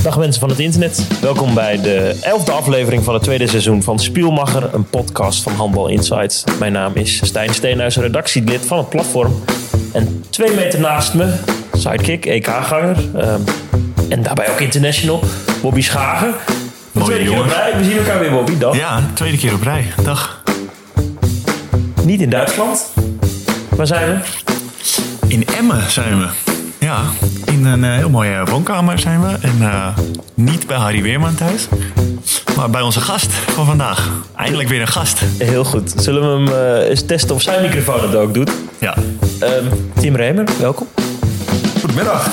Dag mensen van het internet. Welkom bij de 11e aflevering van het tweede seizoen van Spielmacher, een podcast van Handbal Insights. Mijn naam is Stijn Steenhuis, redactielid van het platform. En 2 meter naast me, sidekick, EK-ganger en daarbij ook international, Bobby Schagen. Mooie jongen. We zien elkaar weer, Bobby. Dag. Ja, 2e keer op rij. Dag. Niet in Duitsland. Waar zijn we? In Emmen zijn we. Ja, in een heel mooie woonkamer zijn we. En niet bij Harry Weerman thuis, maar bij onze gast van vandaag. Eindelijk weer een gast. Heel goed. Zullen we hem eens testen of zijn microfoon het ook doet? Ja. Tim Remer, welkom. Goedemiddag.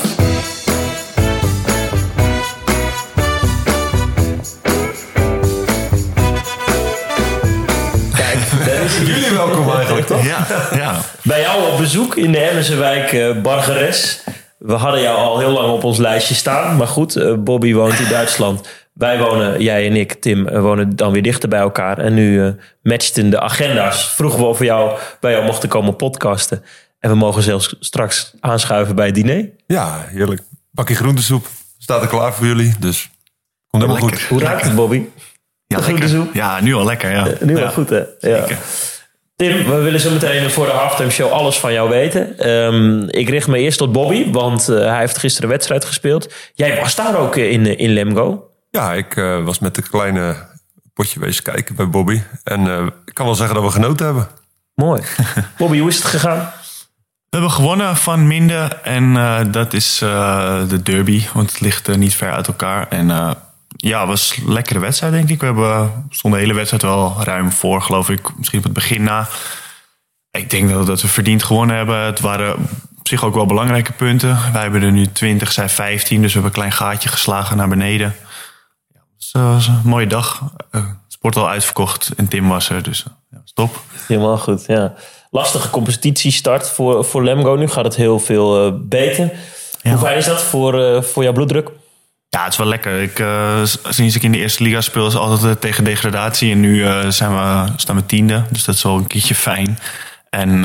Kijk, daar is hij. Jullie welkom eigenlijk, toch? Ja. Bij jou op bezoek in de Emmense wijk Bargeres. We hadden jou al heel lang op ons lijstje staan. Maar goed, Bobby woont in Duitsland. Wij wonen, jij en ik, Tim, wonen dan weer dichter bij elkaar. En nu matchten de agenda's. Vroegen we of we bij jou mochten komen podcasten. En we mogen zelfs straks aanschuiven bij het diner. Ja, heerlijk. Bakje groentesoep staat er klaar voor jullie. Dus komt helemaal Lekker. goed. Hoe ruikt het, Bobby? Ja, De lekker. groentesoep? Ja, nu al lekker. Ja. Nu wel goed, hè? Ja. Zeker. Tim, we willen zo meteen voor de halftime show alles van jou weten. Ik richt me eerst tot Bobby, want hij heeft gisteren een wedstrijd gespeeld. Jij was daar ook in Lemgo. Ja, ik was met een kleine potje wezen kijken bij Bobby. En ik kan wel zeggen dat we genoten hebben. Mooi. Bobby, hoe is het gegaan? We hebben gewonnen van Minde. En dat is de derby, want het ligt niet ver uit elkaar. En ja, het was een lekkere wedstrijd, denk ik. We stonden de hele wedstrijd wel ruim voor, geloof ik. Misschien op het begin na. Ik denk dat we verdiend gewonnen hebben. Het waren op zich ook wel belangrijke punten. Wij hebben er nu 20, zij 15. Dus we hebben een klein gaatje geslagen naar beneden. Ja, het was een mooie dag. Sport al uitverkocht en Tim was er. Dus ja, stop. Helemaal goed, ja. Lastige competitiestart voor Lemgo. Nu gaat het heel veel beter. Ja. Hoe fijn is dat voor jouw bloeddruk? Ja, het is wel lekker. Sinds ik in de eerste liga speel is altijd tegen degradatie. En nu staan we 10e. Dus dat is wel een keertje fijn. En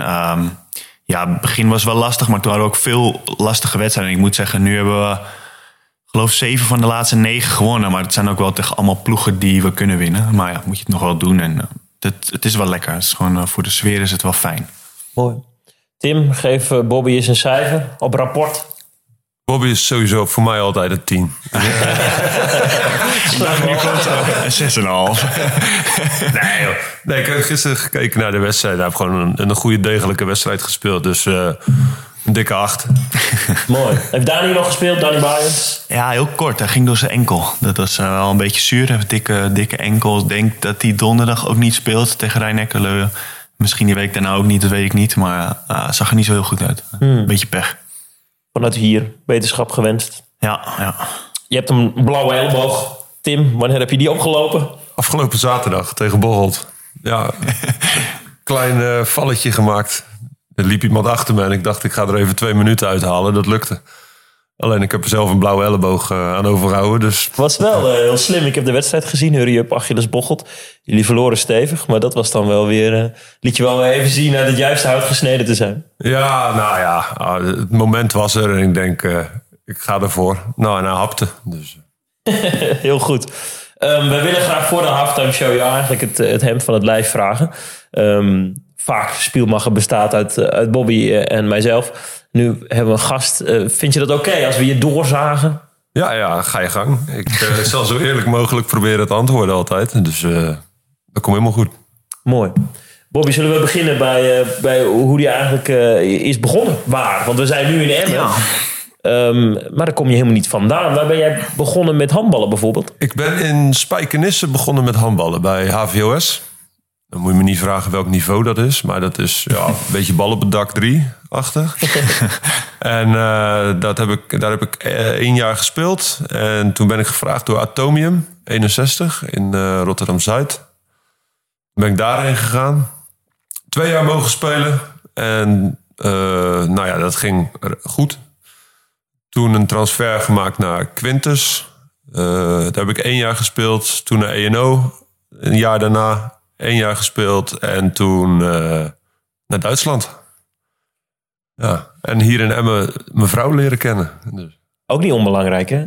ja, het begin was wel lastig. Maar toen hadden we ook veel lastige wedstrijden. En ik moet zeggen, nu hebben we geloof 7 van de laatste 9 gewonnen. Maar het zijn ook wel tegen allemaal ploegen die we kunnen winnen. Maar ja, moet je het nog wel doen. En het is wel lekker. Het is gewoon, voor de sfeer is het wel fijn. Mooi. Tim, geef Bobby eens een cijfer op rapport. Bobby is sowieso voor mij altijd een 10. Nu komt het 6,5. Nee, ik heb gisteren gekeken naar de wedstrijd. Hij heeft gewoon een goede, degelijke wedstrijd gespeeld. Dus een dikke 8. Mooi. Heeft Dani nog gespeeld, Dani Bayens? Ja, heel kort. Hij ging door zijn enkel. Dat was wel een beetje zuur. Hij heeft dikke enkel. Ik denk dat hij donderdag ook niet speelt tegen Rijn-Eckerleu. Misschien die week daarna ook niet, dat weet ik niet. Maar het zag er niet zo heel goed uit. Een beetje pech. Vanuit hier, wetenschap gewenst. Ja. Je hebt een blauwe elleboog. Tim, wanneer heb je die opgelopen? Afgelopen zaterdag tegen Bocholt. Ja, klein valletje gemaakt. Er liep iemand achter me en ik dacht ik ga er even 2 minuten uithalen. Dat lukte. Alleen ik heb er zelf een blauwe elleboog aan overgehouden. Dus Was wel heel slim. Ik heb de wedstrijd gezien. Hurry-up, Achilles Bocholt. Jullie verloren stevig. Maar dat was dan wel weer... liet je wel weer even zien uit het juiste hout gesneden te zijn. ja, nou ja, het moment was er en ik denk ik ga ervoor. Nou, en hij hapte. Dus. Heel goed. We willen graag voor de halftime show jou eigenlijk het hemd van het lijf vragen. Vaak Spielmacher bestaat uit Bobby en mijzelf. Nu hebben we een gast. Vind je dat oké als we je doorzagen? Ja, ga je gang. Ik zal zo eerlijk mogelijk proberen te antwoorden altijd. Dus dat komt helemaal goed. Mooi. Bobby, zullen we beginnen bij hoe die eigenlijk is begonnen? Waar? Want we zijn nu in Emmen. Ja. Maar daar kom je helemaal niet vandaan. Waar ben jij begonnen met handballen bijvoorbeeld? Ik ben in Spijkenisse begonnen met handballen bij HVOS. Dan moet je me niet vragen welk niveau dat is. Maar dat is een beetje bal op het dak 3-achtig. En daar heb ik 1 jaar gespeeld. En toen ben ik gevraagd door Atomium 61 in Rotterdam-Zuid. Toen ben ik daarheen gegaan. 2 jaar mogen spelen. En dat ging goed. Toen een transfer gemaakt naar Quintus. Daar heb ik 1 jaar gespeeld. Toen naar ENO. Een jaar daarna 1 jaar gespeeld. En toen naar Duitsland. Ja. En hier in Emmen mijn vrouw leren kennen. Dus. Ook niet onbelangrijk, hè?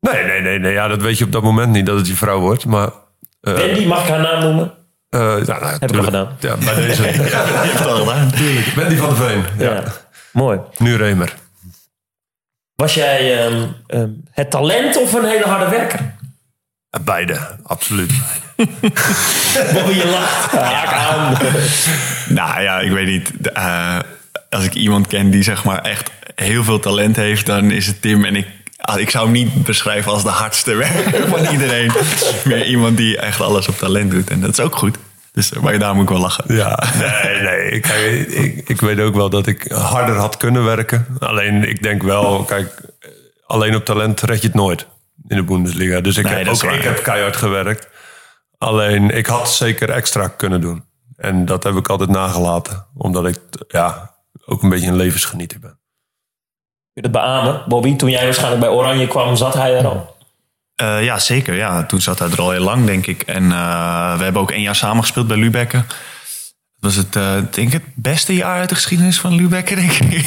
Nee. Ja, dat weet je op dat moment niet, dat het je vrouw wordt. Maar, Wendy, mag ik haar naam noemen? Heb ik al gedaan. Ja, bij deze. Heb je al gedaan, natuurlijk. Wendy van der Veen. Ja. Mooi. Nu Remer. Was jij het talent of een hele harde werker? Beide, absoluut. Bobby, je lacht. Haak aan. Nou ja, ik weet niet. Als ik iemand ken die zeg maar echt heel veel talent heeft, dan is het Tim. En ik zou hem niet beschrijven als de hardste werker van iedereen. Meer iemand die echt alles op talent doet. En dat is ook goed. Dus, maar daar moet ik wel lachen. Ja, nee. Ik weet ook wel dat ik harder had kunnen werken. Alleen, ik denk wel, kijk, alleen op talent red je het nooit in de Bundesliga. Dus ik heb keihard gewerkt. Alleen, ik had zeker extra kunnen doen. En dat heb ik altijd nagelaten. Omdat ik ook een beetje een levensgenieter ben. Kun je dat beamen, Bobby? Toen jij waarschijnlijk bij Oranje kwam, zat hij er al? Ja, zeker. Ja. Toen zat hij er al heel lang, denk ik. En we hebben ook 1 jaar samengespeeld bij Lübeck. Dat was het, denk ik, het beste jaar uit de geschiedenis van Lübeck, denk ik.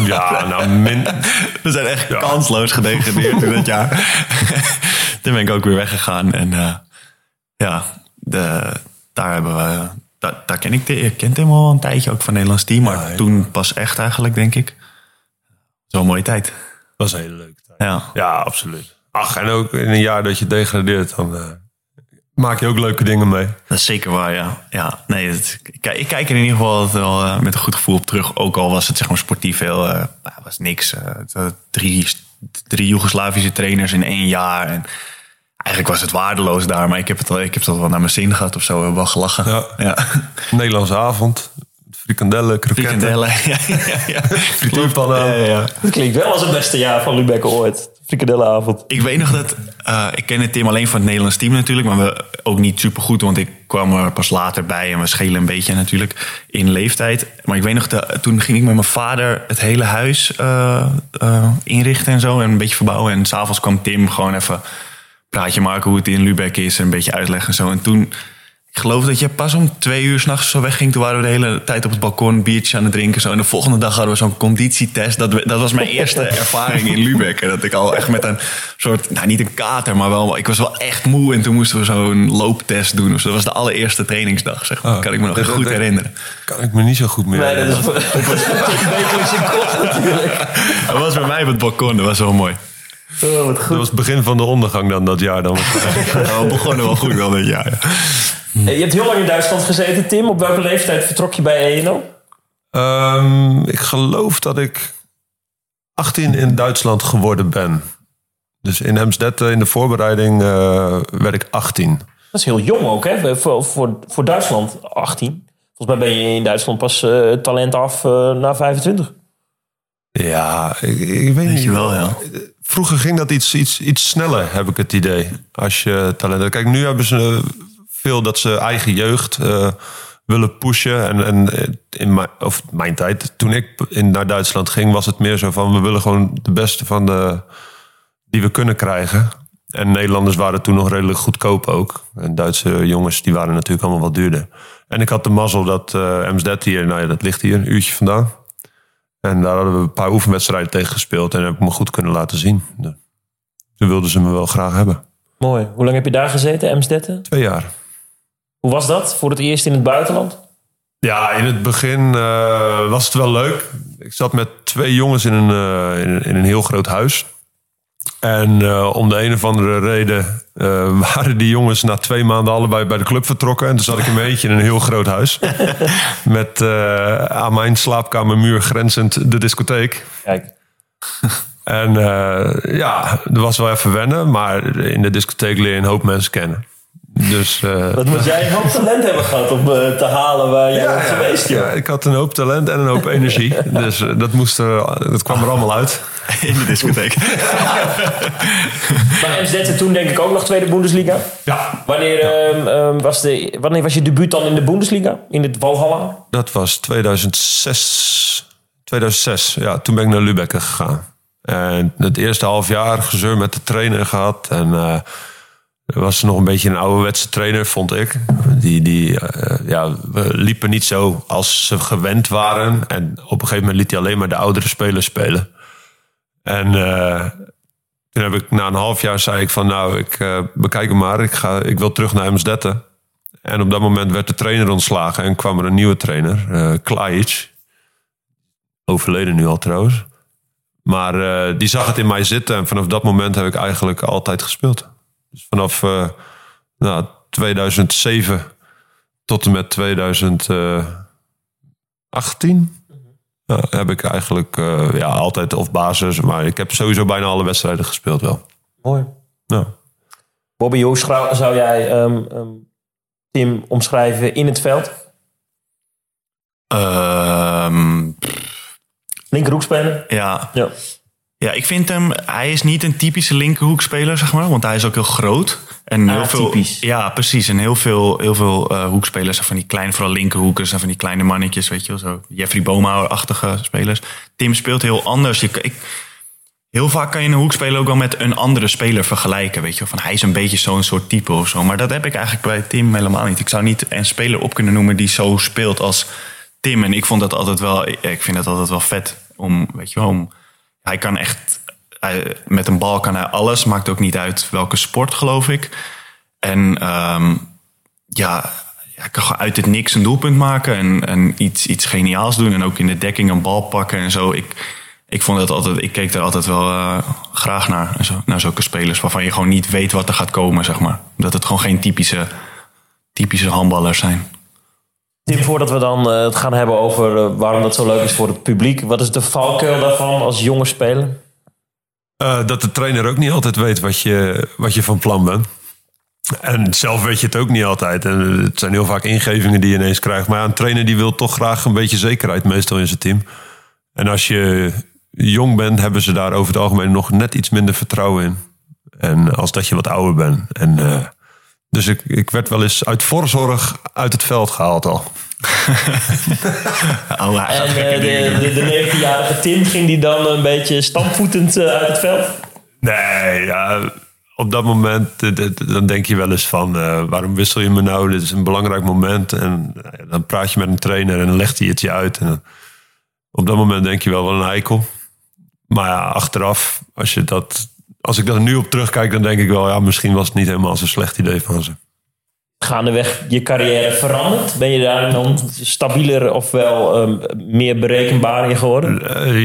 We zijn echt kansloos gedegradeerd in dat jaar. Toen ben ik ook weer weggegaan. En daar hebben we... Daar ken ik hem al een tijdje ook van het Nederlands team. Maar toen pas echt eigenlijk, denk ik. Zo'n mooie tijd. Dat was een hele leuke tijd. Ja, absoluut. Ach, en ook in een jaar dat je degradeert, dan maak je ook leuke dingen mee. Dat is zeker waar, ja. Nee, ik kijk er in ieder geval wel met een goed gevoel op terug. Ook al was het zeg maar sportief heel... was niks. 3 Joegoslavische trainers in 1 jaar. En eigenlijk was het waardeloos daar. Maar ik heb het wel naar mijn zin gehad of zo. We hebben wel gelachen. Ja. Nederlandse avond. Frikandellen, kroketten. Frituurpannen. Ja. Het klinkt wel als het beste jaar van Lübeck ooit. Frikandellenavond. Ik weet nog dat... ik ken het Tim alleen van het Nederlands team natuurlijk. Maar we ook niet supergoed. Want ik kwam er pas later bij. En we schelen een beetje natuurlijk in leeftijd. Maar ik weet nog, toen ging ik met mijn vader het hele huis inrichten en zo. En een beetje verbouwen. En 's avonds kwam Tim gewoon even praatje maken hoe het in Lübeck is. En een beetje uitleggen en zo. En toen... Ik geloof dat je pas om 2 uur 's nachts zo wegging. Toen waren we de hele tijd op het balkon biertjes aan het drinken. Zo. En de volgende dag hadden we zo'n conditietest. Dat was mijn eerste ervaring in Lübeck. En dat ik al echt met een soort, nou niet een kater, maar wel... Ik was wel echt moe en toen moesten we zo'n looptest doen. Dus dat was de allereerste trainingsdag, zeg maar. Kan ik me nog goed herinneren. Kan ik me niet zo goed meer herinneren. Dat wekelijks in kost natuurlijk. Dat was bij mij op het balkon, dat was wel mooi. Oh, wat goed. Dat was het begin van de ondergang dan, dat jaar dan. We begonnen wel goed wel dat jaar, ja. Je hebt heel lang in Duitsland gezeten, Tim. Op welke leeftijd vertrok je bij ENO? Ik geloof dat ik 18 in Duitsland geworden ben. Dus in Emsdetten in de voorbereiding werd ik 18. Dat is heel jong ook, hè? Voor Duitsland 18. Volgens mij ben je in Duitsland pas talent af na 25. Ja, ik weet niet. Je wel, ja. Vroeger ging dat iets sneller, heb ik het idee. Als je talent hebt. Kijk, nu hebben ze veel dat ze eigen jeugd willen pushen. En in mijn tijd, toen ik naar Duitsland ging, was het meer zo van... we willen gewoon de beste van die we kunnen krijgen. En Nederlanders waren toen nog redelijk goedkoop ook. En Duitse jongens, die waren natuurlijk allemaal wat duurder. En ik had de mazzel dat Emsdetten hier, dat ligt hier een uurtje vandaan. En daar hadden we een paar oefenwedstrijden tegen gespeeld. En heb ik me goed kunnen laten zien. Toen wilden ze me wel graag hebben. Mooi. Hoe lang heb je daar gezeten, Emsdetten? 2 jaar. Hoe was dat voor het eerst in het buitenland? Ja, in het begin was het wel leuk. Ik zat met 2 jongens in een heel groot huis. En om de een of andere reden waren die jongens na 2 maanden allebei bij de club vertrokken. En toen zat ik in mijn eentje in een heel groot huis. Met aan mijn slaapkamermuur grenzend de discotheek. Kijk. En dat was wel even wennen. Maar in de discotheek leer je een hoop mensen kennen. Dus, wat moet jij een hoop talent hebben gehad om te halen waar jij bent geweest? Ja, ik had een hoop talent en een hoop energie. Dus dat kwam er allemaal uit. In de discotheek. Maar Emsdetten toen denk ik ook nog tweede Bundesliga. Ja. Wanneer was je debuut dan in de Bundesliga? In het Valhalla? Dat was 2006. Ja, toen ben ik naar Lübeck gegaan. En het eerste half jaar gezeur met de trainer gehad. En er was nog een beetje een ouderwetse trainer, vond ik. We liepen niet zo als ze gewend waren. En op een gegeven moment liet hij alleen maar de oudere spelers spelen. En Toen heb ik na een half jaar zei ik van nou, ik bekijk hem maar. Ik wil terug naar Emsdetten. En op dat moment werd de trainer ontslagen en kwam er een nieuwe trainer, Klajic. Overleden nu al trouwens. Maar die zag het in mij zitten en vanaf dat moment heb ik eigenlijk altijd gespeeld. Dus vanaf 2007 tot en met 2018 heb ik eigenlijk altijd of basis. Maar ik heb sowieso bijna alle wedstrijden gespeeld wel. Mooi. Ja. Bobby, hoe zou jij Tim omschrijven in het veld? Linkerhoekspeler? Ja. Ja, ik vind hem... Hij is niet een typische linkerhoekspeler, zeg maar. Want hij is ook heel groot. En heel veel, typisch. Ja, precies. En heel veel hoekspelers zijn van die kleine, vooral linkerhoekers... en van die kleine mannetjes, weet je wel. Zo Jeffrey Boomhouwer-achtige spelers. Tim speelt heel anders. Heel vaak kan je een hoekspeler ook wel met een andere speler vergelijken, weet je wel. Van hij is een beetje zo'n soort type of zo. Maar dat heb ik eigenlijk bij Tim helemaal niet. Ik zou niet een speler op kunnen noemen die zo speelt als Tim. En ik vind dat altijd wel vet om, weet je wel... Hij kan echt... Met een bal kan hij alles. Maakt ook niet uit welke sport, geloof ik. En hij kan gewoon uit het niks een doelpunt maken. En iets geniaals doen. En ook in de dekking een bal pakken en zo. Ik keek daar altijd wel graag naar zulke spelers. Waarvan je gewoon niet weet wat er gaat komen, zeg maar. Omdat het gewoon geen typische handballers zijn. Tim, voordat we dan het gaan hebben over waarom dat zo leuk is voor het publiek. Wat is de valkuil daarvan als jonge speler? Dat de trainer ook niet altijd weet wat je van plan bent. En zelf weet je het ook niet altijd. En het zijn heel vaak ingevingen die je ineens krijgt. Maar een trainer die wil toch graag een beetje zekerheid meestal in zijn team. En als je jong bent, hebben ze daar over het algemeen nog net iets minder vertrouwen in. En als dat je wat ouder bent. En... Dus ik werd wel eens uit voorzorg uit het veld gehaald al. En de 19-jarige Tim, ging die dan een beetje stampvoetend uit het veld? Nee, ja, op dat moment dan denk je wel eens van... waarom wissel je me nou? Dit is een belangrijk moment. En dan praat je met een trainer en dan legt hij het je uit. En op dat moment denk je wel een eikel. Maar ja, achteraf, als ik daar nu op terugkijk, dan denk ik wel... ja, misschien was het niet helemaal zo'n slecht idee van ze. Gaandeweg je carrière veranderd? Ben je daar dan stabieler of wel meer berekenbaar in geworden?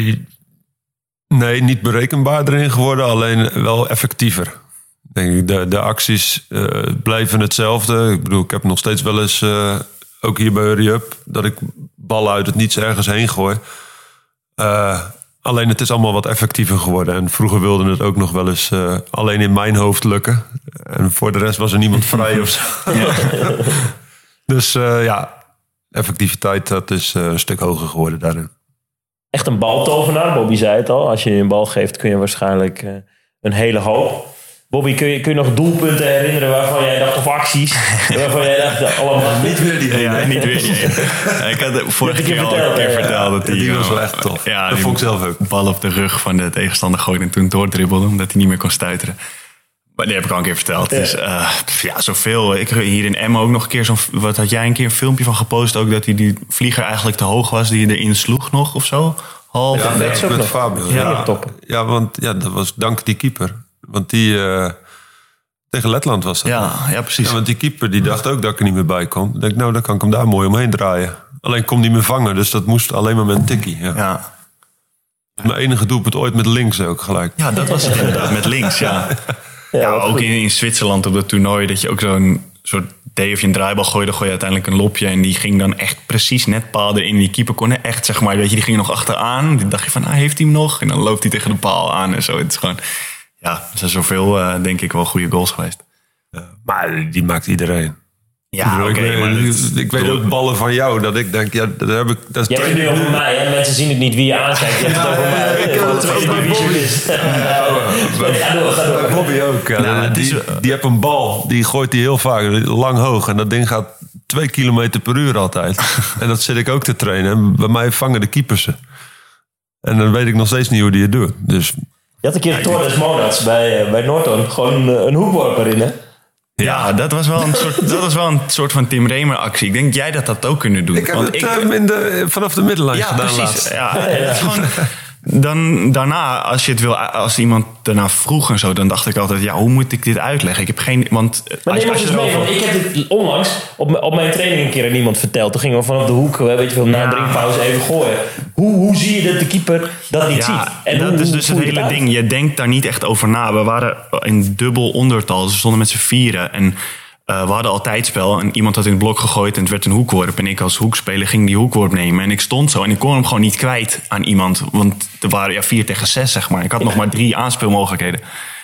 Nee, niet berekenbaar erin geworden, alleen wel effectiever. Denk ik, de acties blijven hetzelfde. Ik bedoel, ik heb nog steeds wel eens, ook hier bij Hurry Up... dat ik ballen uit het niets ergens heen gooi... Alleen het is allemaal wat effectiever geworden. En vroeger wilde het ook nog wel eens alleen in mijn hoofd lukken. En voor de rest was er niemand vrij of zo. Ja. Dus effectiviteit, dat is een stuk hoger geworden daarin. Echt een baltovenaar, Bobby zei het al. Als je een bal geeft kun je waarschijnlijk een hele hoop. Bobby, kun je nog doelpunten herinneren waarvan jij dacht, of acties, waarvan jij dacht, allemaal niet weer die? Ja, niet weer die. Ik had de vorige keer al een keer verteld dat die was wel echt tof. Ja, dat vond ik zelf ook. Bal op de rug van de tegenstander gooide en toen doordribbelde, omdat hij niet meer kon stuiteren. Maar die heb ik al een keer verteld. Ja. Dus zoveel. Ik hier in Emmen ook nog een keer wat had jij een keer een filmpje van gepost ook, dat die vlieger eigenlijk te hoog was die je erin sloeg nog of zo? Half. Ja, dat is met Fabio. Ja, want dat was dank die keeper. Want die tegen Letland was dat. Ja, precies. Ja, want die keeper die dacht ook dat ik er niet meer bij kon. Ik denk, nou, dan kan ik hem daar mooi omheen draaien. Alleen kon niet meer vangen, dus dat moest alleen maar met een tikkie. Ja. Mijn enige doelpunt ooit met links ook gelijk. Ja, dat was het inderdaad, met links, ja. Ja, ook in Zwitserland op dat toernooi, dat je ook zo'n soort deed of je een draaibal gooide, gooi je uiteindelijk een lopje. En die ging dan echt precies net paal erin. Die keeper kon echt, zeg maar, weet je, die ging nog achteraan. Dan dacht je van, heeft hij hem nog? En dan loopt hij tegen de paal aan en zo. Het is gewoon... Ja, er zijn zoveel, denk ik, wel goede goals geweest. Ja, maar die maakt iedereen. Ja, ik weet ook ballen van jou, dat ik denk, ja, dat heb ik... Dat je hebt het nu over mij, hè? Mensen zien het niet wie je aankijkt. Je hebt het over mij. Ik heb het over Bobby. Bobby ook. Ja. Die heeft een bal, die gooit hij heel vaak, lang hoog. En dat ding gaat 2 kilometer per uur altijd. En dat zit ik ook te trainen. En bij mij vangen de keepers ze. En dan weet ik nog steeds niet hoe die het doet. Dus... Je had een keer Torres Monats bij Norton. Gewoon een hoekworper in, hè? Ja, dat was wel een soort van Tim Remer actie. Ik denk jij dat ook kunnen doen. Ik heb het vanaf de middenlijn gedaan laatst. Ja, het is gewoon, dan daarna, als iemand daarna vroeg en zo, dan dacht ik altijd, hoe moet ik dit uitleggen? Ik heb geen, want maar neem ons eens mee, want ik heb dit onlangs op mijn training een keer aan iemand verteld. Toen gingen we vanaf de hoek, weet je wel, na een drinkpauze even gooien. Hoe zie je dat de keeper dat niet ziet? En dat is dus het hele ding. Je denkt daar niet echt over na. We waren in dubbel ondertal, dus we stonden met z'n vieren en we hadden al tijdspel en iemand had in het blok gegooid en het werd een hoekworp. En ik als hoekspeler ging die hoekworp nemen. En ik stond zo en ik kon hem gewoon niet kwijt aan iemand. Want er waren 4 tegen 6, zeg maar. Ik had nog maar 3 aanspeelmogelijkheden.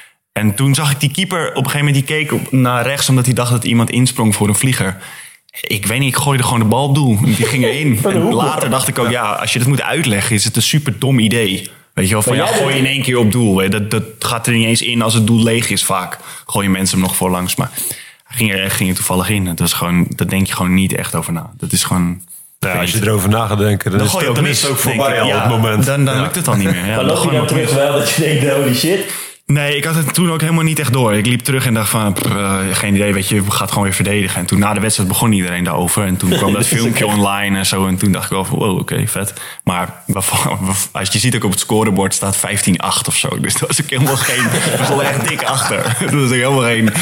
En toen zag ik die keeper op een gegeven moment, die keek naar rechts omdat hij dacht dat iemand insprong voor een vlieger. Ik weet niet, ik gooide gewoon de bal op doel. Die ging erin. En later dacht ik ook, als je dat moet uitleggen, is het een super dom idee. Weet je wel, van gooi je in 1 keer op doel. Dat gaat er niet eens in als het doel leeg is vaak. Gooi je mensen hem nog voorlangs, maar ging er toevallig in. Dat is gewoon, dat denk je gewoon niet echt over na. Dat is gewoon. Als je erover na gaat denken, dan is het ook voorbij al het moment. Dan lukt het al niet meer. Maar loop je dan terug wel dat je denkt, holy shit. Nee, ik had het toen ook helemaal niet echt door. Ik liep terug en dacht van, geen idee, weet je, we gaan gewoon weer verdedigen. En toen na de wedstrijd begon iedereen daarover. En toen kwam dat filmpje online en zo. En toen dacht ik wel van, wow, oké, vet. Maar als je ziet ook op het scorebord staat 15-8 of zo. Dus dat was ook helemaal geen, we stonden echt dik achter. Dat was ook helemaal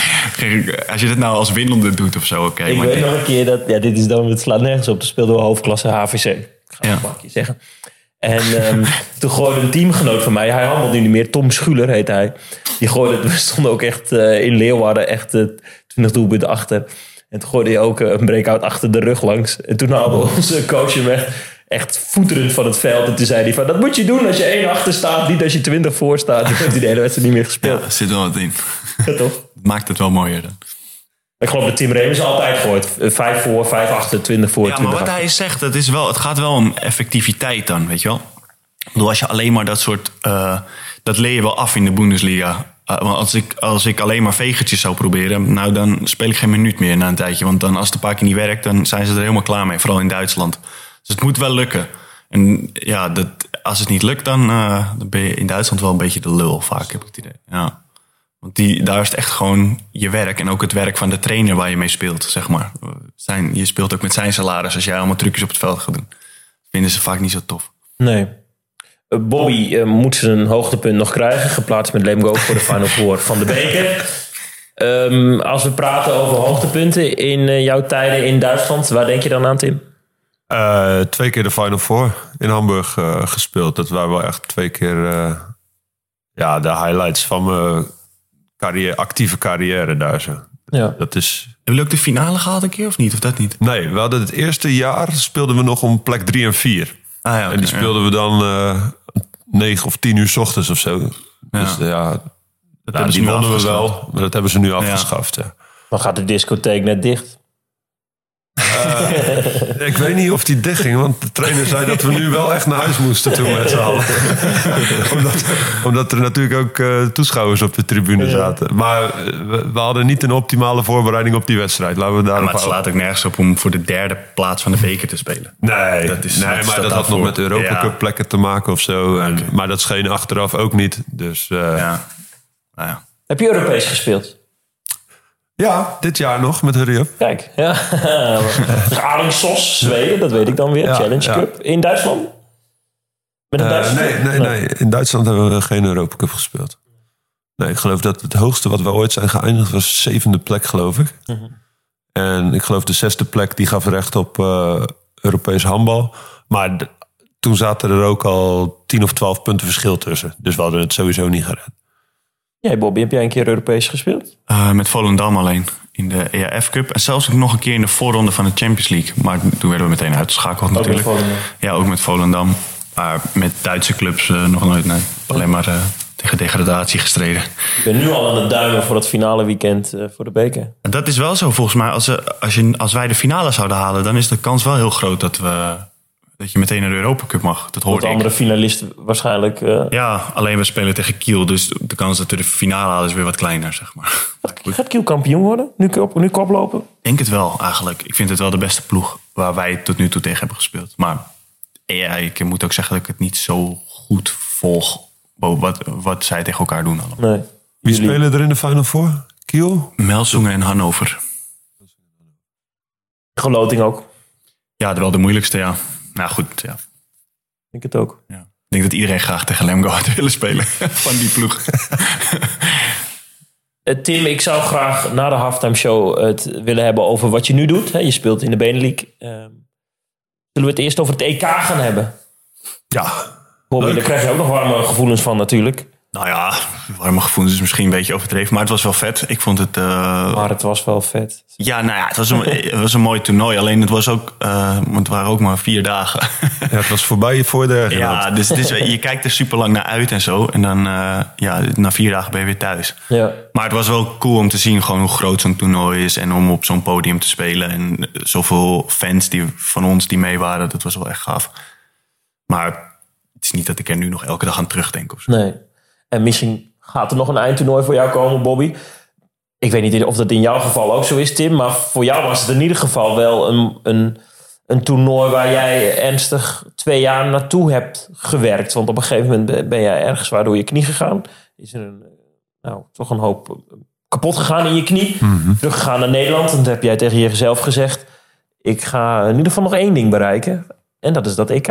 geen, als je dat nou als winnende doet of zo, oké. Ik weet nog een keer dat, dit is dan, het slaat nergens op. Toen speelden we hoofdklasse HVC. Ik ga het een keer zeggen. En toen gooide een teamgenoot van mij, hij handelt nu niet meer, Tom Schuler heet hij. Die gooide, we stonden ook echt in Leeuwarden, echt 20 doelpunten achter. En toen gooide hij ook een breakout achter de rug langs. En toen hadden onze coach hem echt voeterend van het veld. En toen zei hij van, dat moet je doen als je 1 achter staat, niet als je 20 voor staat. Toen heeft hij de hele wedstrijd niet meer gespeeld. Ja, er zit wel wat in. Ja, toch? Maakt het wel mooier dan. Ik geloof dat Tim Reems altijd gooit. 5 voor, 5 achter, 20 voor, 20 maar wat achter. hij zegt, het gaat wel om effectiviteit dan, weet je wel. Ik bedoel, als je alleen maar dat soort, dat leer je wel af in de Bundesliga. Want als ik alleen maar vegertjes zou proberen, nou dan speel ik geen minuut meer na een tijdje. Want dan als het een paar keer niet werkt, dan zijn ze er helemaal klaar mee. Vooral in Duitsland. Dus het moet wel lukken. En ja, als het niet lukt, dan ben je in Duitsland wel een beetje de lul vaak, heb ik het idee. Ja. Want daar is het echt gewoon je werk en ook het werk van de trainer waar je mee speelt, zeg maar. Je speelt ook met zijn salaris als jij allemaal trucjes op het veld gaat doen. Dat vinden ze vaak niet zo tof. Nee. Bobby moet zijn hoogtepunt nog krijgen. Geplaatst met Lemgo voor de Final Four van de beker. Als we praten over hoogtepunten in jouw tijden in Duitsland, waar denk je dan aan, Tim? 2 keer de Final Four in Hamburg gespeeld. Dat waren wel echt 2 keer de highlights van mijn actieve carrière daar zo. Ja. Dat is... Hebben jullie ook de finale gehaald een keer of niet? Of dat niet? Nee, we hadden het eerste jaar speelden we nog om plek 3 en 4. Okay, en die speelden we dan 9 of 10 uur 's ochtends of zo. Ja. Dus dat die wonnen we wel. Maar dat hebben ze nu afgeschaft. Ja. Dan gaat de discotheek net dicht. Ik weet niet of die dicht ging, want de trainer zei dat we nu wel echt naar huis moesten toen met z'n allen. omdat er natuurlijk ook toeschouwers op de tribune zaten. Maar we hadden niet een optimale voorbereiding op die wedstrijd. Laten we daarop maar het slaat ook nergens op om voor de 3e plaats van de beker te spelen. Nee, maar dat had nog met Europa Cup plekken te maken of zo. Okay. Maar dat scheen achteraf ook niet. Dus, Heb je Europees gespeeld? Ja, dit jaar nog met Hurry Up. Kijk, ja. Alingsås, Zweden, dat weet ik dan weer. Challenge Cup. In Duitsland? Met een Duitse nee. In Duitsland hebben we geen Europa Cup gespeeld. Nee, ik geloof dat het hoogste wat we ooit zijn geëindigd was 7e plek, geloof ik. Mm-hmm. En ik geloof de 6e plek, die gaf recht op Europees handbal. Maar toen zaten er ook al 10 of 12 punten verschil tussen. Dus we hadden het sowieso niet gered. Jij, Bobby, heb jij een keer Europees gespeeld? Met Volendam alleen in de EAF Cup. En zelfs ook nog een keer in de voorronde van de Champions League. Maar toen werden we meteen uitgeschakeld natuurlijk. Ja, ook met Volendam. Maar met Duitse clubs nog nooit. Nee. Alleen maar tegen degradatie gestreden. Ik ben nu al aan het duimen voor het finale weekend voor de beker. Dat is wel zo volgens mij. Als wij de finale zouden halen, dan is de kans wel heel groot dat je meteen naar de Europa Cup mag. Dat hoort ik. De andere finalisten waarschijnlijk... Ja, alleen we spelen tegen Kiel. Dus de kans dat we de finale halen is weer wat kleiner, zeg maar. Gaat Kiel kampioen worden? Nu koplopen? Ik denk het wel, eigenlijk. Ik vind het wel de beste ploeg waar wij tot nu toe tegen hebben gespeeld. Maar ja, ik moet ook zeggen dat ik het niet zo goed volg wat zij tegen elkaar doen allemaal. Nee. Wie spelen er in de Final Four? Kiel? Melsungen en Hannover. Geloting ook. Ja, wel de moeilijkste, ja. Nou goed, ja. Ik het ook. Ja. denk dat iedereen graag tegen Lemgo had willen spelen van die ploeg. Tim, ik zou graag na de halftime show het willen hebben over wat je nu doet. Je speelt in de Benelux. Zullen we het eerst over het EK gaan hebben? Ja. Bobby, daar krijg je ook nog warme gevoelens van natuurlijk. Nou ja, warme gevoelens is misschien een beetje overdreven. Maar het was wel vet. Ik vond het... Maar het was wel vet. Ja, nou ja, het was een mooi toernooi. Alleen het was ook... het waren ook maar 4 dagen. Ja, het was voorbij voor de... Ja, dus je kijkt er super lang naar uit en zo. En dan, na 4 dagen ben je weer thuis. Ja. Maar het was wel cool om te zien gewoon hoe groot zo'n toernooi is. En om op zo'n podium te spelen. En zoveel fans van ons die mee waren. Dat was wel echt gaaf. Maar het is niet dat ik er nu nog elke dag aan terugdenk of zo. Nee. En misschien gaat er nog een eindtoernooi voor jou komen, Bobby. Ik weet niet of dat in jouw geval ook zo is, Tim. Maar voor jou was het in ieder geval wel een toernooi waar jij ernstig 2 jaar naartoe hebt gewerkt. Want op een gegeven moment ben jij erg zwaar door je knie gegaan. Is er toch een hoop kapot gegaan in je knie. Mm-hmm. Teruggegaan naar Nederland. En toen heb jij tegen jezelf gezegd... ik ga in ieder geval nog 1 ding bereiken. En dat is dat EK.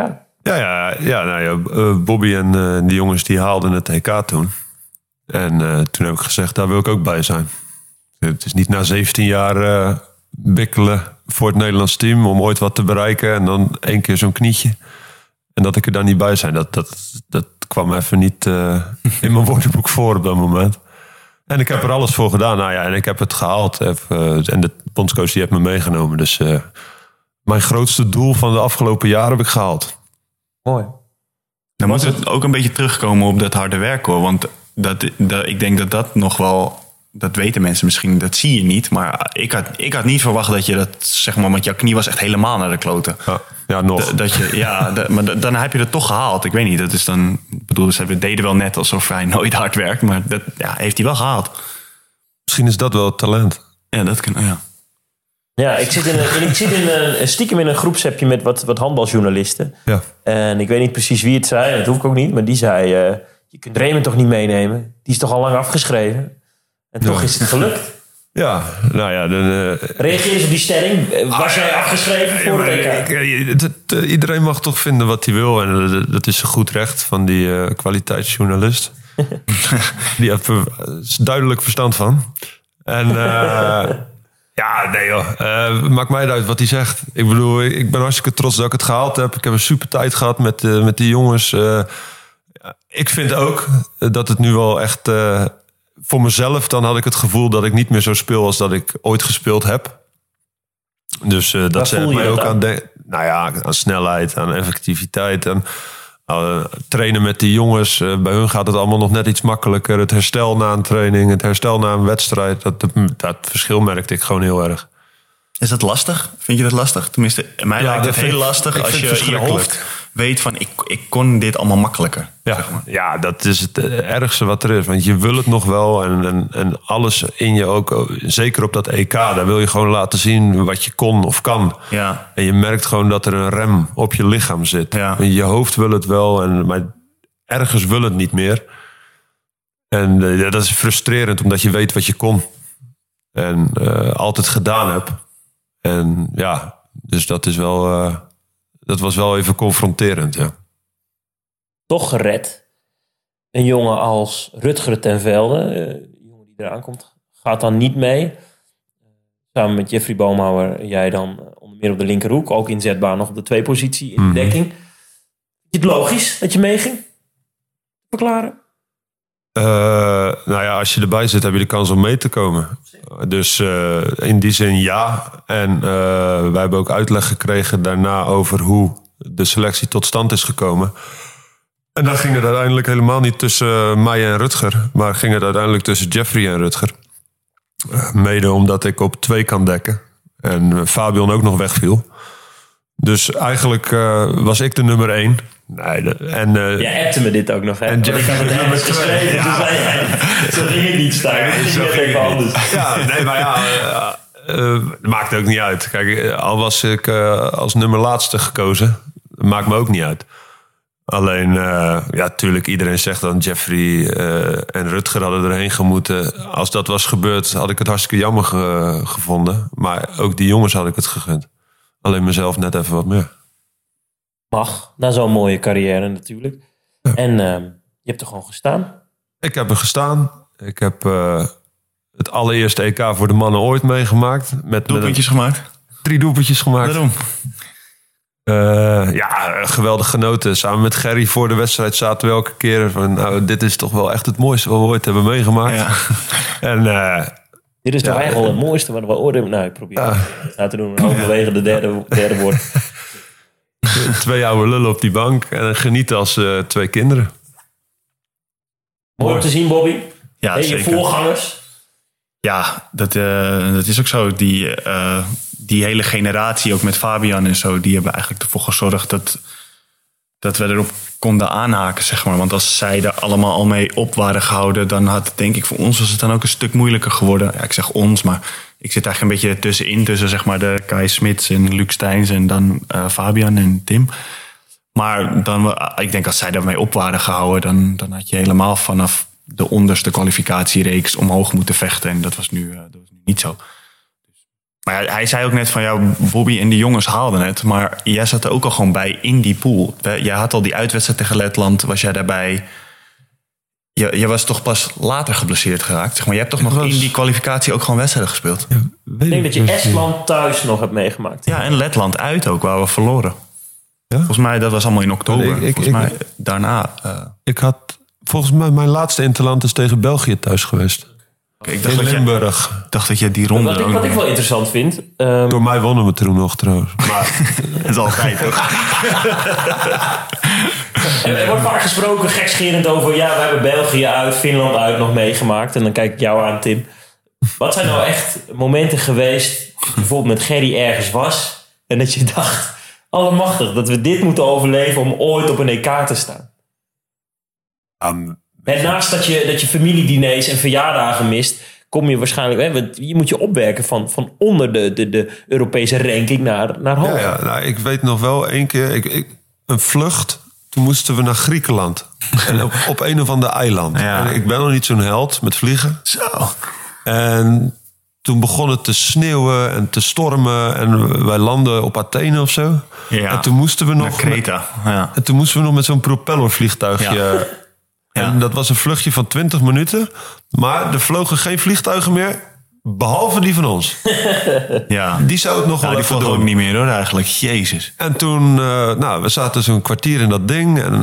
Bobby en die jongens die haalden het EK toen. En toen heb ik gezegd, daar wil ik ook bij zijn. Het is niet na 17 jaar bikkelen voor het Nederlands team... om ooit wat te bereiken en dan 1 keer zo'n knietje. En dat ik er dan niet bij zijn, dat kwam even niet in mijn woordenboek voor op dat moment. En ik heb er alles voor gedaan. Nou ja, en ik heb het gehaald. En de bondscoach die heeft me meegenomen. Dus mijn grootste doel van de afgelopen jaren heb ik gehaald. Mooi. Dan moet het ook een beetje terugkomen op dat harde werk, hoor. Want ik denk dat nog wel... Dat weten mensen misschien, dat zie je niet. Maar ik had niet verwacht dat je dat, zeg maar... Want jouw knie was echt helemaal naar de kloten. Ja, nog. Maar dan heb je het toch gehaald. Ik weet niet, dat is dan... Ik bedoel, ze deden wel net alsof hij nooit hard werkt. Maar dat heeft hij wel gehaald. Misschien is dat wel het talent. Ja, dat kan, ja. Ja, ik zit stiekem in een groepsappje met wat handbaljournalisten. Ja. En ik weet niet precies wie het zei, dat hoef ik ook niet. Maar die zei, je kunt Raymond toch niet meenemen? Die is toch al lang afgeschreven? En toch is het gelukt. Ja, nou ja. Reageer eens op die stelling. Was jij afgeschreven voor het EK? Iedereen mag toch vinden wat hij wil. En dat is een goed recht van die kwaliteitsjournalist. Die heeft er duidelijk verstand van. En... ja, nee joh. Maakt mij uit wat hij zegt. Ik bedoel, ik ben hartstikke trots dat ik het gehaald heb. Ik heb een super tijd gehad met die jongens. Ik vind ook dat het nu wel echt... voor mezelf, dan had ik het gevoel dat ik niet meer zo speel als dat ik ooit gespeeld heb. Dus dat zet mij ook aan snelheid, aan effectiviteit. En trainen met die jongens. Bij hun gaat het allemaal nog net iets makkelijker. Het herstel na een training, het herstel na een wedstrijd. Dat verschil merkte ik gewoon heel erg. Is dat lastig? Vind je dat lastig? Tenminste, mij lijkt het heel lastig als je in je hoofd weet van... Ik kon dit allemaal makkelijker. Ja, zeg maar. Ja, dat is het ergste wat er is. Want je wil het nog wel en alles in je ook. Zeker op dat EK, daar wil je gewoon laten zien wat je kon of kan. Ja. En je merkt gewoon dat er een rem op je lichaam zit. Ja. Je hoofd wil het wel, maar ergens wil het niet meer. En dat is frustrerend, omdat je weet wat je kon. En altijd gedaan hebt. En ja, dus dat is wel... dat was wel even confronterend, ja. Toch gered. Een jongen als Rutger ten Velde, de jongen die eraan komt, gaat dan niet mee. Samen met Jeffrey Boomhouwer, jij dan onder meer op de linkerhoek. Ook inzetbaar nog op de 2-positie in de dekking. Is het logisch dat je meeging? Verklaren? Nou ja, als je erbij zit, heb je de kans om mee te komen. Dus in die zin ja. En wij hebben ook uitleg gekregen daarna over hoe de selectie tot stand is gekomen. En dan ging het uiteindelijk helemaal niet tussen mij en Rutger. Maar ging het uiteindelijk tussen Jeffrey en Rutger. Mede omdat ik op 2 kan dekken. En Fabian ook nog wegviel. Dus eigenlijk was ik de nummer 1. Nee, jij appte me dit ook nog, hè? En Jeff, ik had het nummer geschreven. Ja. Toen zei jij, zo ging het niet staan. Dat ging even anders. Ja, nee, maar ja... maakt ook niet uit. Kijk, al was ik als nummer laatste gekozen... maakt me ook niet uit. Alleen, ja, tuurlijk, iedereen zegt dan... Jeffrey en Rutger hadden erheen gemoeten. Als dat was gebeurd, had ik het hartstikke jammer gevonden. Maar ook die jongens had ik het gegund. Alleen mezelf net even wat meer. Mag, na zo'n mooie carrière natuurlijk. En je hebt er gewoon gestaan. Ik heb er gestaan. Ik heb het allereerste EK voor de mannen ooit meegemaakt. Doelpuntjes gemaakt? 3 doelpuntjes gemaakt. Waarom? Geweldig genoten. Samen met Gerry voor de wedstrijd zaten we elke keer van... Nou, dit is toch wel echt het mooiste wat we ooit hebben meegemaakt. Ja. En... Dit is toch eigenlijk wel het mooiste wat we ooit hebben... Nou, ik probeer het te doen. Halverwege de derde woord. 2 oude lullen op die bank. En genieten als 2 kinderen. Mooi om te zien, Bobby. Ja, je zeker. voorgangers. Ja, dat is ook zo. Die hele generatie, ook met Fabian en zo... die hebben eigenlijk ervoor gezorgd dat we erop konden aanhaken, zeg maar. Want als zij er allemaal al mee op waren gehouden... dan had het, denk ik, voor ons was het dan ook een stuk moeilijker geworden. Ja, ik zeg ons, maar ik zit eigenlijk een beetje tussenin... tussen zeg maar de Kai Smits en Luc Steins en dan Fabian en Tim. Maar ik denk als zij daarmee op waren gehouden... dan had je helemaal vanaf de onderste kwalificatiereeks omhoog moeten vechten. En dat was nu niet zo. Maar hij zei ook net van, ja, Bobby en die jongens haalden het. Maar jij zat er ook al gewoon bij in die pool. Jij had al die uitwedstrijd tegen Letland, was jij daarbij. Je was toch pas later geblesseerd geraakt. Zeg maar, je hebt toch in die kwalificatie ook gewoon wedstrijden gespeeld? Ja, ik denk dat je Estland thuis nog hebt meegemaakt. Ja, en Letland uit ook, waar we verloren. Ja? Volgens mij, dat was allemaal in oktober. Volgens mij daarna... Ik had, volgens mij, mijn laatste interland is tegen België thuis geweest. Ik dacht in Limburg. Ik dacht dat je die ronde... Wat ik wel interessant vind... Door mij wonnen we toen nog trouwens. Maar dat is altijd toch? Er wordt vaak gesproken gekscherend over... Ja, we hebben België uit, Finland uit nog meegemaakt. En dan kijk ik jou aan, Tim. Wat zijn nou echt momenten geweest... bijvoorbeeld met Gerry ergens was... en dat je dacht... Allemachtig, dat we dit moeten overleven... om ooit op een EK te staan? En naast dat je familiediners en verjaardagen mist... kom je waarschijnlijk... je moet je opwerken van onder de Europese ranking naar hoog. Ja, nou, ik weet nog wel 1 keer... een vlucht, toen moesten we naar Griekenland. En op een of ander eiland. Ja. En ik ben nog niet zo'n held met vliegen. Zo. En toen begon het te sneeuwen en te stormen. En wij landden op Athene of zo. Ja. En toen moesten we nog... Naar Kreta. Ja. En toen moesten we nog met zo'n propellervliegtuigje... Ja. En dat was een vluchtje van 20 minuten. Maar er vlogen geen vliegtuigen meer. Behalve die van ons. Ja. Die zou het nog wel die even vlogen doen. ook niet meer hoor eigenlijk. Jezus. En toen, we zaten zo'n kwartier in dat ding. En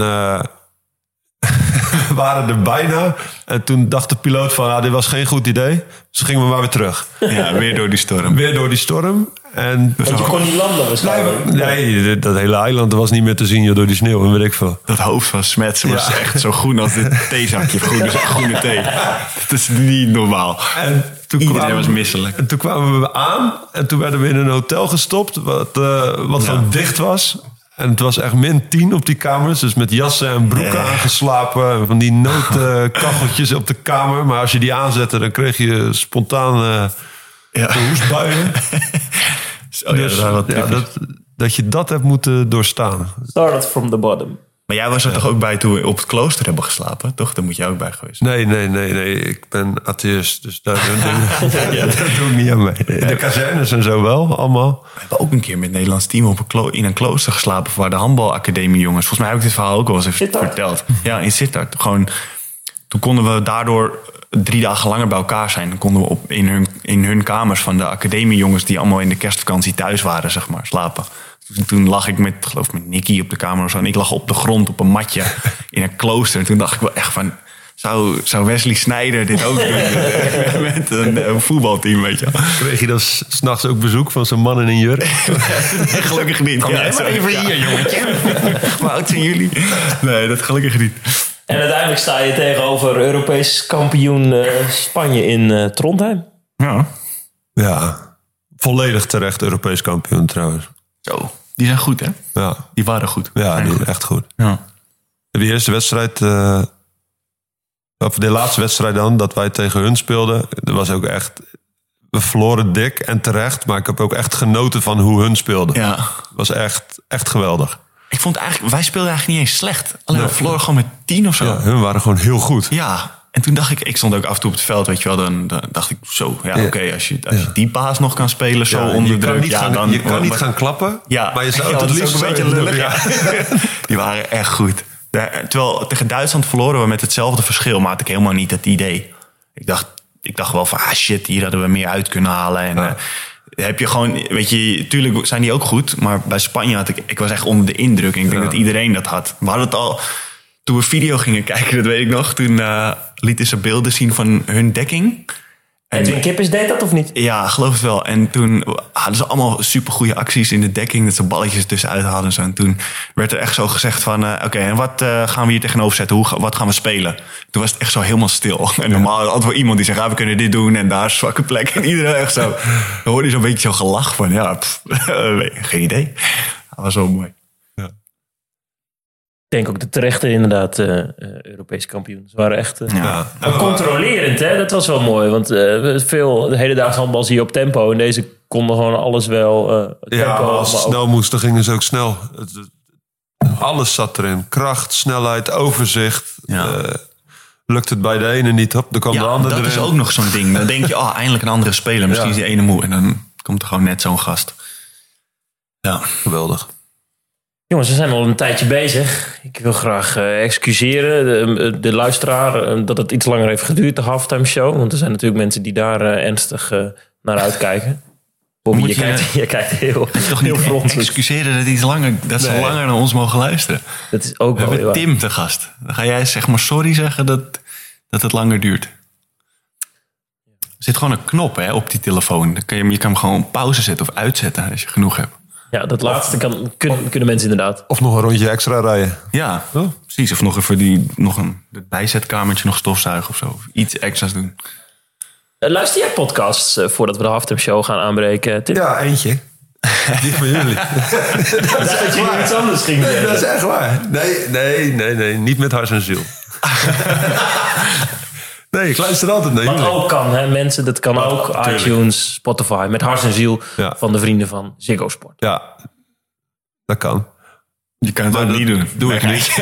waren er bijna. En toen dacht de piloot van, dit was geen goed idee. Dus gingen we maar weer terug. Ja, weer door die storm. Weer door die storm. En want je kon niet landen waarschijnlijk. Nee, dat hele eiland was niet meer te zien door die sneeuw en weet ik veel. Dat hoofd van Smets was echt zo groen als dit theezakje. Groene thee. Dat is niet normaal. En iedereen was misselijk. En toen kwamen we aan. En toen werden we in een hotel gestopt. Wat gewoon dicht was. En het was echt -10 op die kamers. Dus met jassen en broeken aangeslapen. En van die noodkacheltjes op de kamer. Maar als je die aanzette, dan kreeg je spontaan hoestbuien. Dat je dat hebt moeten doorstaan. Started from the bottom. Maar jij was er toch ook bij toen we op het klooster hebben geslapen? Toch? Daar moet jij ook bij geweest. Nee. Ik ben atheïst. Dus daar doe ik niet aan mee. De kazernes en zo wel, allemaal. We hebben ook een keer met het Nederlands team in een klooster geslapen... waar de handbalacademie jongens... Volgens mij heb ik dit verhaal ook al eens even verteld. Ja, in Sittard. Gewoon, toen konden we daardoor 3 dagen langer bij elkaar zijn. Dan konden we in hun kamers van de academiejongens... die allemaal in de kerstvakantie thuis waren, zeg maar, slapen. Toen lag ik met Nicky op de kamer of zo. En ik lag op de grond op een matje in een klooster. En toen dacht ik wel echt van... Zou Wesley Sneijder dit ook doen met een voetbalteam, weet je wel? Kreeg je dan 's nachts ook bezoek van zo'n man in een jurk? Nee, gelukkig niet. Kom jij maar even hier, jongetje. Hoe oud zijn jullie? Nee, dat gelukkig niet. En uiteindelijk sta je tegenover Europees kampioen Spanje in Trondheim. Ja, volledig terecht Europees kampioen trouwens. Zo, die zijn goed, hè? Ja. Die waren goed. Ja, die echt goed. Ja. De eerste wedstrijd... Of de laatste wedstrijd dan, dat wij tegen hun speelden... Dat was ook echt... We verloren dik en terecht... maar ik heb ook echt genoten van hoe hun speelden. Ja. Het was echt geweldig. Ik vond eigenlijk... Wij speelden eigenlijk niet eens slecht. Alleen we verloren gewoon met 10 of zo. Ja, hun waren gewoon heel goed. Ja, en toen dacht ik stond ook af en toe op het veld, weet je wel. Dan dacht ik zo, oké, als je die paas nog kan spelen zo onder druk... Je kan niet gaan klappen, maar je zou het liefst een beetje lullig. Ja. Die waren echt goed. Terwijl tegen Duitsland verloren we met hetzelfde verschil. Maar had ik helemaal niet het idee. Ik dacht wel van, shit, hier hadden we meer uit kunnen halen. En heb je gewoon, weet je, tuurlijk zijn die ook goed. Maar bij Spanje ik was echt onder de indruk. En ik denk dat iedereen dat had. We hadden het al, toen we video gingen kijken, dat weet ik nog. Toen lieten ze beelden zien van hun dekking. Edwin Kippers deed dat of niet? Ja, geloof het wel. En toen hadden ze allemaal supergoeie acties in de dekking. Dat ze balletjes tussenuit hadden en zo. En toen werd er echt zo gezegd van... Oké, en wat gaan we hier tegenover zetten? Wat gaan we spelen? Toen was het echt zo helemaal stil. En normaal had altijd wel iemand die zegt... we kunnen dit doen en daar is zwakke plek. En iedereen echt zo... Dan hoorde je zo'n beetje zo gelach van... geen idee. Dat was wel mooi. Ik denk ook de terechte inderdaad Europese kampioen. Ze waren echt controlerend. Hè? Dat was wel mooi. Want veel hedendaags handbal zie je op tempo. En deze konden gewoon alles wel tempo. Als het snel moest, dan gingen ze ook snel. Alles zat erin. Kracht, snelheid, overzicht. Lukt het bij de ene niet, dan kwam de andere dat erin. is ook nog zo'n ding. Dan denk je, eindelijk een andere speler. Misschien is die ene moe. En dan komt er gewoon net zo'n gast. Ja, geweldig. Jongens, we zijn al een tijdje bezig. Ik wil graag excuseren de luisteraar dat het iets langer heeft geduurd, de halftime show. Want er zijn natuurlijk mensen die daar ernstig naar uitkijken. Bobby, je kijkt heel fronselijk. Excuseren dat ze langer naar ons mogen luisteren. Dat is ook we hebben Tim te gast. Dan ga jij zeg maar sorry zeggen dat het langer duurt. Er zit gewoon een knop op die telefoon. Je kan hem gewoon pauze zetten of uitzetten als je genoeg hebt. Ja, dat laatste kunnen mensen inderdaad. Of nog een rondje extra rijden. Ja, precies. Of nog even het bijzetkamertje nog stofzuigen of zo. Of iets extra's doen. Luister jij podcasts voordat we de halftime show gaan aanbreken, Tim? Ja, eentje. Die van jullie. Dat is echt waar. Iets anders ging zeggen. Dat is echt waar. Nee. Niet met hart en ziel. Nee, ik luister altijd naar jullie. Wat ook kan, hè, mensen. Dat kan ook. Tuurlijk. iTunes, Spotify. Met hart en ziel van de vrienden van Ziggo Sport. Ja, dat kan. Je kan het ook niet doen. Doe ik niet.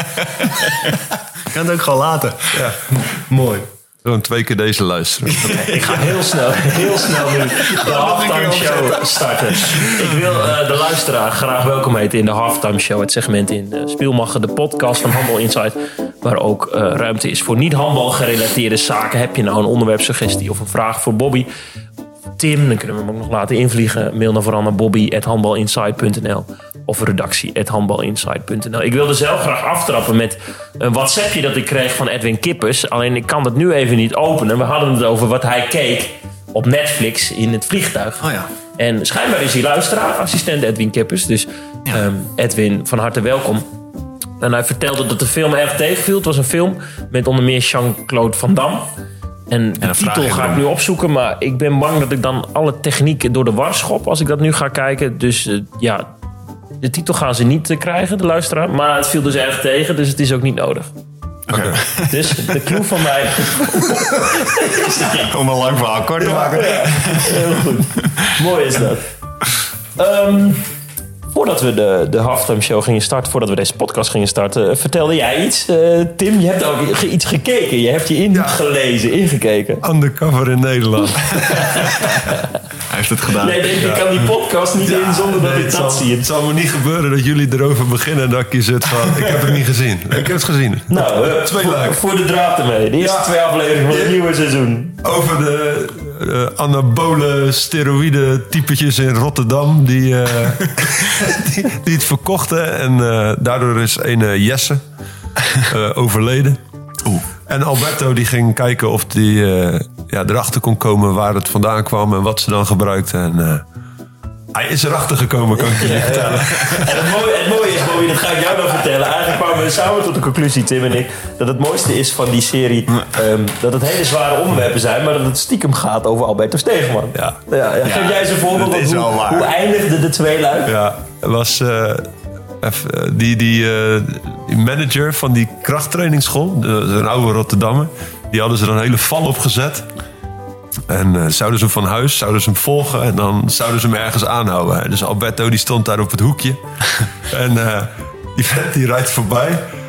Je kan het ook gewoon laten. Ja. Mooi. Gewoon 2 keer deze luisteren. Ik ga heel snel nu de halftime show starten. Ik wil de luisteraar graag welkom heten in de halftime show. Het segment in Spielmacher, de podcast van Handbal Insight. Waar ook ruimte is voor niet-handbal gerelateerde zaken. Heb je nou een onderwerpsuggestie of een vraag voor Bobby? Tim, dan kunnen we hem ook nog laten invliegen. Mail dan vooral naar bobby@handbalinsight.nl of redactie@handbalinsight.nl. Ik wilde zelf graag aftrappen met een WhatsAppje dat ik kreeg van Edwin Kippers. Alleen ik kan dat nu even niet openen. We hadden het over wat hij keek op Netflix in het vliegtuig. Oh ja. En schijnbaar is hij luisteraar, assistent Edwin Kippers. Dus Edwin, van harte welkom. En hij vertelde dat de film erg tegenviel. Het was een film met onder meer Jean-Claude Van Damme. En de titel ga ik nu opzoeken, maar ik ben bang dat ik dan alle technieken door de war schop als ik dat nu ga kijken. Dus de titel gaan ze niet krijgen, de luisteraar. Maar het viel dus erg tegen, dus het is ook niet nodig. Okay. Dus de clue van mij... Om een lang verhaal kort te maken. Ja, heel goed. Mooi is dat. Voordat we de halftime show gingen starten, voordat we deze podcast gingen starten, vertelde jij iets. Tim, je hebt ook iets gekeken. Je hebt je ingekeken. Undercover in Nederland. Hij heeft het gedaan. Nee, ik kan die podcast niet in zonder dat ik dat zie. Het zal me niet gebeuren dat jullie erover beginnen en dat ik je zit van, ik heb het niet gezien. Ik heb het gezien. Nou, 2 luik. Voor de draad ermee. De eerste 2 afleveringen van het nieuwe seizoen. Over de anabole steroïde typetjes in Rotterdam die het verkochten. En daardoor is een Jesse overleden. En Alberto die ging kijken of die erachter kon komen waar het vandaan kwam en wat ze dan gebruikten. En hij is erachter gekomen, kan ik je vertellen. En het mooie is, Bobby, dat ga ik jou dan vertellen. Eigenlijk kwamen we samen tot de conclusie, Tim en ik, dat het mooiste is van die serie dat het hele zware onderwerpen zijn, maar dat het stiekem gaat over Alberto Stegeman. Ja. Geef jij eens een voorbeeld van hoe eindigde de 2 luik? Ja, het was die manager van die krachttrainingsschool, een oude Rotterdammer, die hadden ze er een hele val op gezet. En zouden ze hem van huis, zouden ze hem volgen en dan zouden ze hem ergens aanhouden. En dus Alberto die stond daar op het hoekje. En die vent die rijdt voorbij.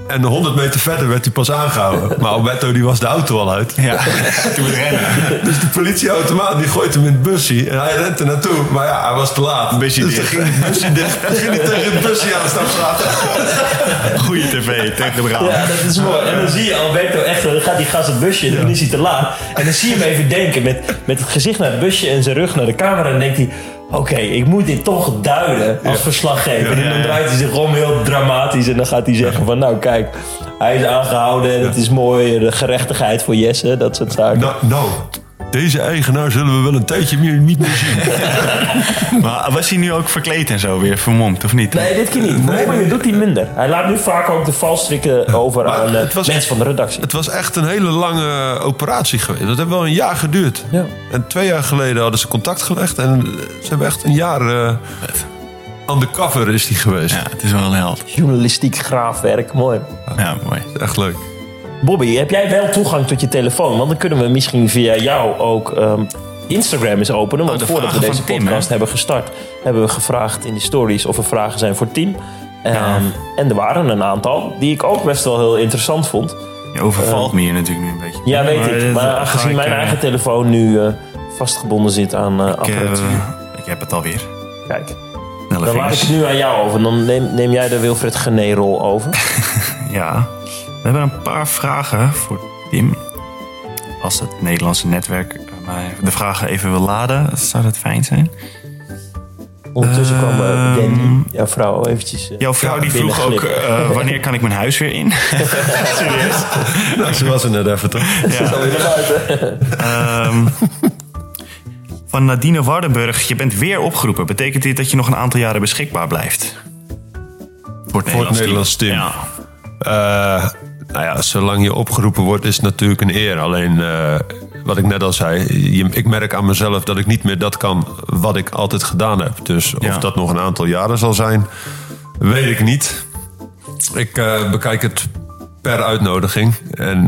En 100 meter verder werd hij pas aangehouden. Maar Alberto die was de auto al uit. Ja, toen moet rennen. Dus de politieautomaat die gooit hem in het busje. En hij rent er naartoe. Maar ja, hij was te laat. Busje dus dicht. dan ging het busje dicht. Dan ging hij tegen het busje aan staan praten. Goeie tv, tegen de raam. Ja, dat is mooi. En dan zie je Alberto echt, dan gaat die gast het busje in en dan is hij te laat. En dan zie je hem even denken met het gezicht naar het busje en zijn rug naar de camera. En dan denkt hij, oké, ik moet dit toch duiden als verslaggever. En dan draait hij zich om heel dramatisch en dan gaat hij zeggen van nou kijk, hij is aangehouden en het is mooi, de gerechtigheid voor Jesse, dat soort zaken. Nou, deze eigenaar zullen we wel een tijdje meer niet meer zien. Maar was hij nu ook verkleed en zo weer vermomd, of niet? Nee, dit keer niet. Mooi doet hij minder. Hij laat nu vaak ook de valstrikken over Maar aan het was- mensen van de redactie. Het was echt een hele lange operatie geweest. Dat heeft wel een jaar geduurd. Ja. En 2 jaar geleden hadden ze contact gelegd. En ze hebben echt een jaar undercover is die geweest. Ja, het is wel een held. Journalistiek graafwerk, mooi. Ja, mooi. Echt leuk. Bobby, heb jij wel toegang tot je telefoon? Want dan kunnen we misschien via jou ook Instagram eens openen. Want de voordat we vragen deze van Tim, podcast hè? hebben gestart, hebben we gevraagd in de stories of er vragen zijn voor Tim. En er waren een aantal die ik ook best wel heel interessant vond. Je overvalt me hier natuurlijk nu een beetje. Ja, weet ik. Maar ga aangezien ik, mijn eigen telefoon nu vastgebonden zit aan apparatuur. Ik heb het alweer. Kijk, Snelle dan laat ik vingers. het nu aan jou over. Dan neem jij de Wilfred Gené-rol over. Ja, we hebben een paar vragen voor Tim. Als het Nederlandse netwerk maar de vragen even wil laden, zou dat fijn zijn. Ondertussen kwam Wendy, jouw vrouw, eventjes... Jouw vrouw die vroeg ook, wanneer kan ik mijn huis weer in? Serieus? Nou, ze was er net even toch? Zit alweer naar buiten. Van Nadine Wardenburg, je bent weer opgeroepen. Betekent dit dat je nog een aantal jaren beschikbaar blijft? Voor het Nederlands team. Ja. Nou ja, zolang je opgeroepen wordt is het natuurlijk een eer. Alleen, wat ik net al zei, ik merk aan mezelf dat ik niet meer dat kan wat ik altijd gedaan heb. Dus of dat nog een aantal jaren zal zijn, weet ik niet. Ik bekijk het per uitnodiging. En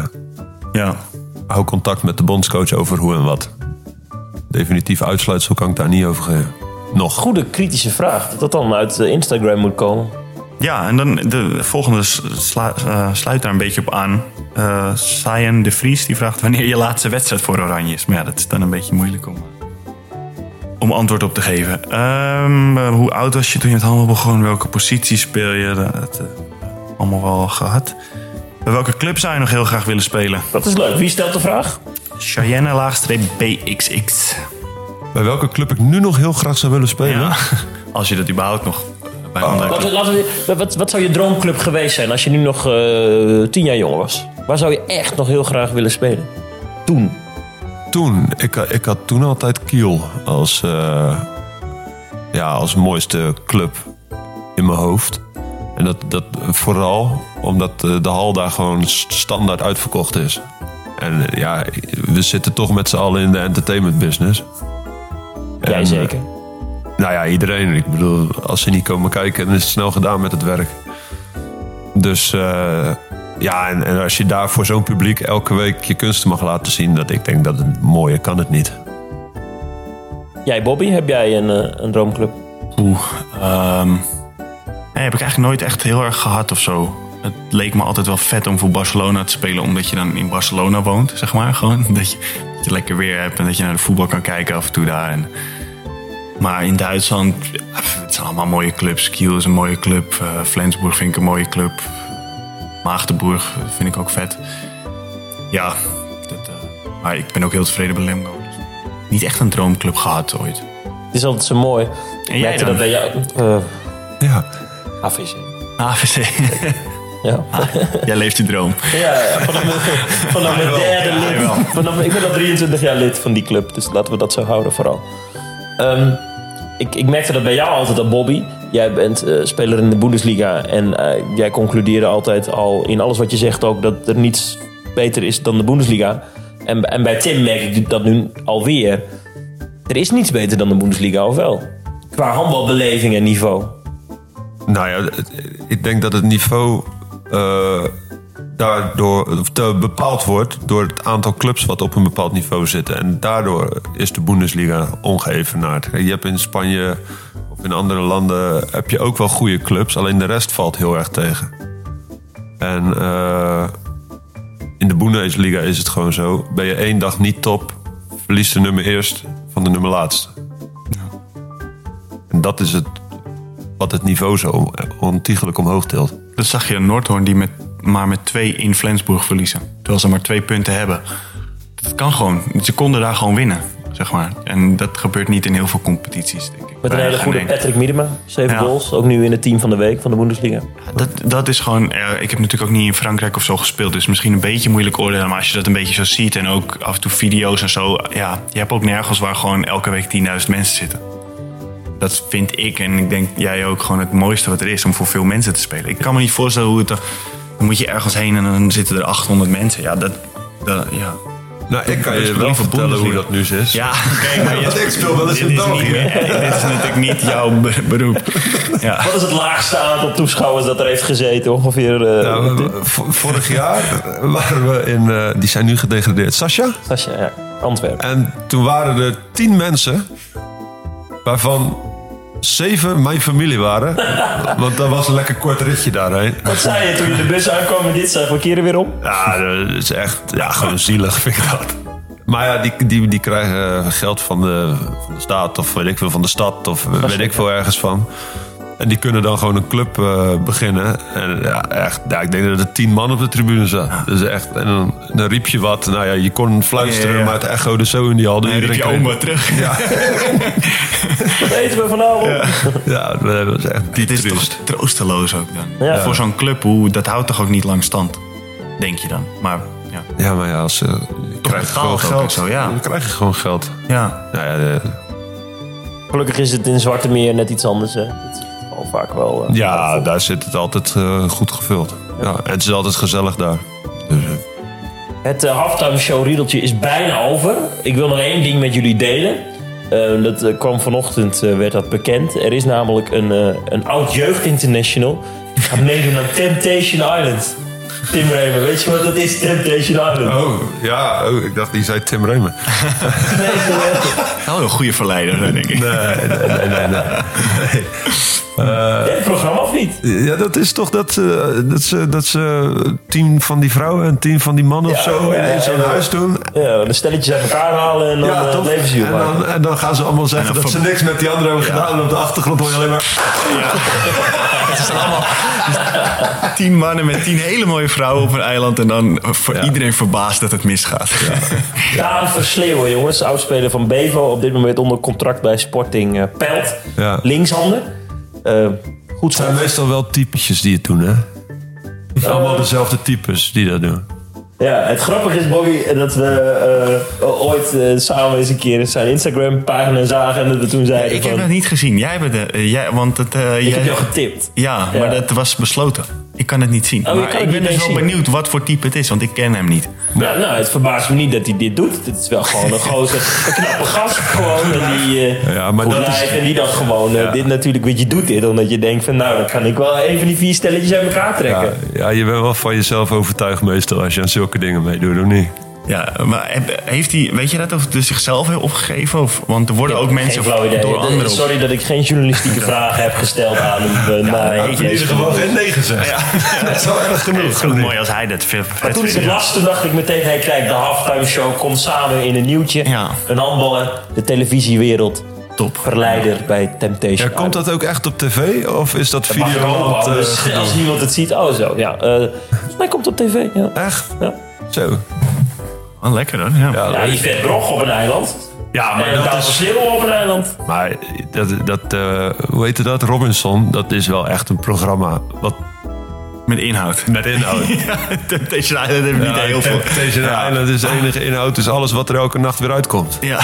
hou contact met de bondscoach over hoe en wat. Definitief uitsluitsel kan ik daar niet over geven. Nog. Goede kritische vraag. Dat dan uit Instagram moet komen. Ja, en dan de volgende sluit daar een beetje op aan. Sayen de Vries die vraagt wanneer je laatste wedstrijd voor Oranje is. Maar ja, dat is dan een beetje moeilijk om antwoord op te geven. Hoe oud was je toen je het handbal begon? Welke positie speel je? Dat allemaal wel gehad. Bij welke club zou je nog heel graag willen spelen? Dat is leuk. Wie stelt de vraag? Cheyenne-BXX. Bij welke club ik nu nog heel graag zou willen spelen? Ja, als je dat überhaupt nog bij andere clubs. Wat zou je droomclub geweest zijn als je nu nog 10 jaar jonger was? Waar zou je echt nog heel graag willen spelen? Toen? Ik had toen altijd Kiel als mooiste club in mijn hoofd. En dat vooral omdat de hal daar gewoon standaard uitverkocht is. En ja, we zitten toch met z'n allen in de entertainment business. Jij zeker? Nou ja, iedereen. Ik bedoel, als ze niet komen kijken, dan is het snel gedaan met het werk. Dus en als je daar voor zo'n publiek elke week je kunsten mag laten zien, dat ik denk dat het mooier kan het niet. Jij, Bobby, heb jij een droomclub? Nee, heb ik eigenlijk nooit echt heel erg gehad of zo. Het leek me altijd wel vet om voor Barcelona te spelen, omdat je dan in Barcelona woont, zeg maar. Gewoon dat je lekker weer hebt en dat je naar de voetbal kan kijken af en toe daar. Maar in Duitsland, het zijn allemaal mooie clubs. Kiel is een mooie club. Flensburg vind ik een mooie club. Maagdenburg vind ik ook vet. Ja, maar ik ben ook heel tevreden bij Lemgo. Dus niet echt een droomclub gehad ooit. Het is altijd zo mooi. En jij dan? Dat bij jou, Ja. AVC. AVC. Ja. Jij leeft je droom. Ja, vanaf mijn derde lid. Ik ben al 23 jaar lid van die club. Dus laten we dat zo houden vooral. Ik merkte dat bij jou altijd al, Bobby. Jij bent speler in de Bundesliga. En jij concludeerde altijd al in alles wat je zegt ook dat er niets beter is dan de Bundesliga. En bij Tim merk ik dat nu alweer. Er is niets beter dan de Bundesliga, of wel? Qua handbalbeleving en niveau. Nou ja, ik denk dat het niveau daardoor bepaald wordt door het aantal clubs wat op een bepaald niveau zitten. En daardoor is de Bundesliga ongeëvenaard. Je hebt in Spanje of in andere landen heb je ook wel goede clubs, alleen de rest valt heel erg tegen. En in de Bundesliga is het gewoon zo. Ben je 1 dag niet top, verliest de nummer eerst van de nummer laatste. Ja. En dat is het wat het niveau zo ontiegelijk omhoog tilt. Dat zag je in Noordhoorn die maar met 2 in Flensburg verliezen. Terwijl ze maar 2 punten hebben. Dat kan gewoon. Ze konden daar gewoon winnen, zeg maar. En dat gebeurt niet in heel veel competities, denk ik. Met een hele goede Patrick Miedema. 7 goals. Ook nu in het team van de week van de Bundesliga. Dat is gewoon... ik heb natuurlijk ook niet in Frankrijk of zo gespeeld. Dus misschien een beetje moeilijk oordelen. Maar als je dat een beetje zo ziet en ook af en toe video's en zo. Ja, je hebt ook nergens waar gewoon elke week 10.000 mensen zitten. Dat vind ik, en ik denk jij ook, gewoon het mooiste wat er is om voor veel mensen te spelen. Ik kan me niet voorstellen hoe het... Dan moet je ergens heen en dan zitten er 800 mensen. Ja, ja. Nou, ik kan je wel vertellen hoe dat nu is. Ja, oké, maar ik speel wel eens in België. Dit is natuurlijk niet jouw beroep. Ja. Wat is het laagste aantal toeschouwers dat er heeft gezeten? Ongeveer... vorig jaar waren we in... die zijn nu gedegradeerd. Sascha, ja. Antwerpen. En toen waren er 10 mensen... waarvan 7 mijn familie waren. Want dat was een lekker kort ritje daarheen. Wat zei je toen je de bus aankwam en dit zei? We keren weer om? Ja, dat is echt gewoon zielig, vind ik dat. Maar ja, die krijgen geld van de staat of weet ik veel, van de stad of weet ik veel ergens van. En die kunnen dan gewoon een club beginnen. En ja, echt, ik denk dat er 10 man op de tribune zat. Ja. Dus echt, en dan riep je wat. Nou ja, je kon fluisteren, maar het echode zo in die hal. Dan riep je oma terug. Ja. Wat eten we vanavond? Ja, dat is echt dit is toch troosteloos ook dan. Ja. Voor zo'n club, dat houdt toch ook niet lang stand, denk je dan. Maar ja, maar ja, als ze krijgen gewoon geld. Zo, ja. Dan krijg je gewoon geld. Ja. Gelukkig is het in Zwarte Meer net iets anders, hè? Vaak wel. Daar zit het altijd goed gevuld. Ja, en het is altijd gezellig daar. Dus, Het halftime show riedeltje is bijna over. Ik wil nog 1 ding met jullie delen. Dat kwam vanochtend, werd dat bekend. Er is namelijk een oud jeugdinternational. Die gaat meedoen aan Temptation Island. Tim Remer, weet je wat dat is, Temptation Island? Ik dacht die zei Tim Remer. Een goede verleider, denk ik. Nee. Het programma of niet? Ja, dat is toch dat ze 10 van die vrouwen en 10 van die mannen of zo in zo'n huis doen. Ja, de stelletjes uit elkaar halen en dan leven ze maken. En dan gaan ze allemaal zeggen dat ze niks met die anderen hebben gedaan. En op de achtergrond hoor je alleen maar... Ja. Het zijn allemaal 10 mannen met 10 hele mooie vrouwen op een eiland. En dan voor iedereen verbaasd dat het misgaat. Daan Versleeuwen, jongens. Oudspeler van Bevo. Op dit moment onder contract bij Sporting Pelt. Ja. Linkshander. Goed. Het zijn meestal wel typetjes die het doen, hè? Allemaal dezelfde types die dat doen. Ja, het grappige is, Bobby, dat we ooit samen eens een keer zijn Instagram-pagina zagen en dat we toen zeiden ik heb dat niet gezien. Jij bent ik heb jou getipt. Ja, maar dat was besloten. Ik kan het niet zien. Maar ik ben dus wel benieuwd wat voor type het is, want ik ken hem niet. Ja, nou, het verbaast me niet dat hij dit doet. Het is wel gewoon een gozer, een knappe gast gewoon. En die dacht gewoon, dit natuurlijk, weet je, doet dit. Omdat je denkt van, nou, dan kan ik wel even die 4 stelletjes uit elkaar trekken. Ja, je bent wel van jezelf overtuigd meestal als je aan zulke dingen meedoet, of niet? Ja, maar heeft hij, weet je dat, of het zichzelf heeft opgegeven? Want er worden ook mensen door anderen... Sorry dat ik geen journalistieke vragen heb gesteld aan hem. Ik in ieder geval geen 9 zeggen. Dat is wel erg genoeg. Het is ook mooi als hij dat vet maar toen ik het las, toen dacht ik meteen... Hey, kijk, de halftime show komt samen in een nieuwtje. Ja. Een handballer, de televisiewereld. Top. Verleider bij Temptation. Ja, komt dat ook echt op tv? Of is dat video? Dus als niemand het ziet, zo. Ja, volgens mij komt het op tv. Ja. Echt? Ja. Zo. Oh, lekker dan. Ja, Yvette Brog op een eiland. Ja, maar en dat is Versleeuwen op een eiland. Maar hoe heette dat? Robinson, dat is wel echt een programma wat... Met inhoud. Met inhoud. Temptation Island hebben we niet heel veel. Temptation Island is de enige inhoud, dus alles wat er elke nacht weer uitkomt. Ja.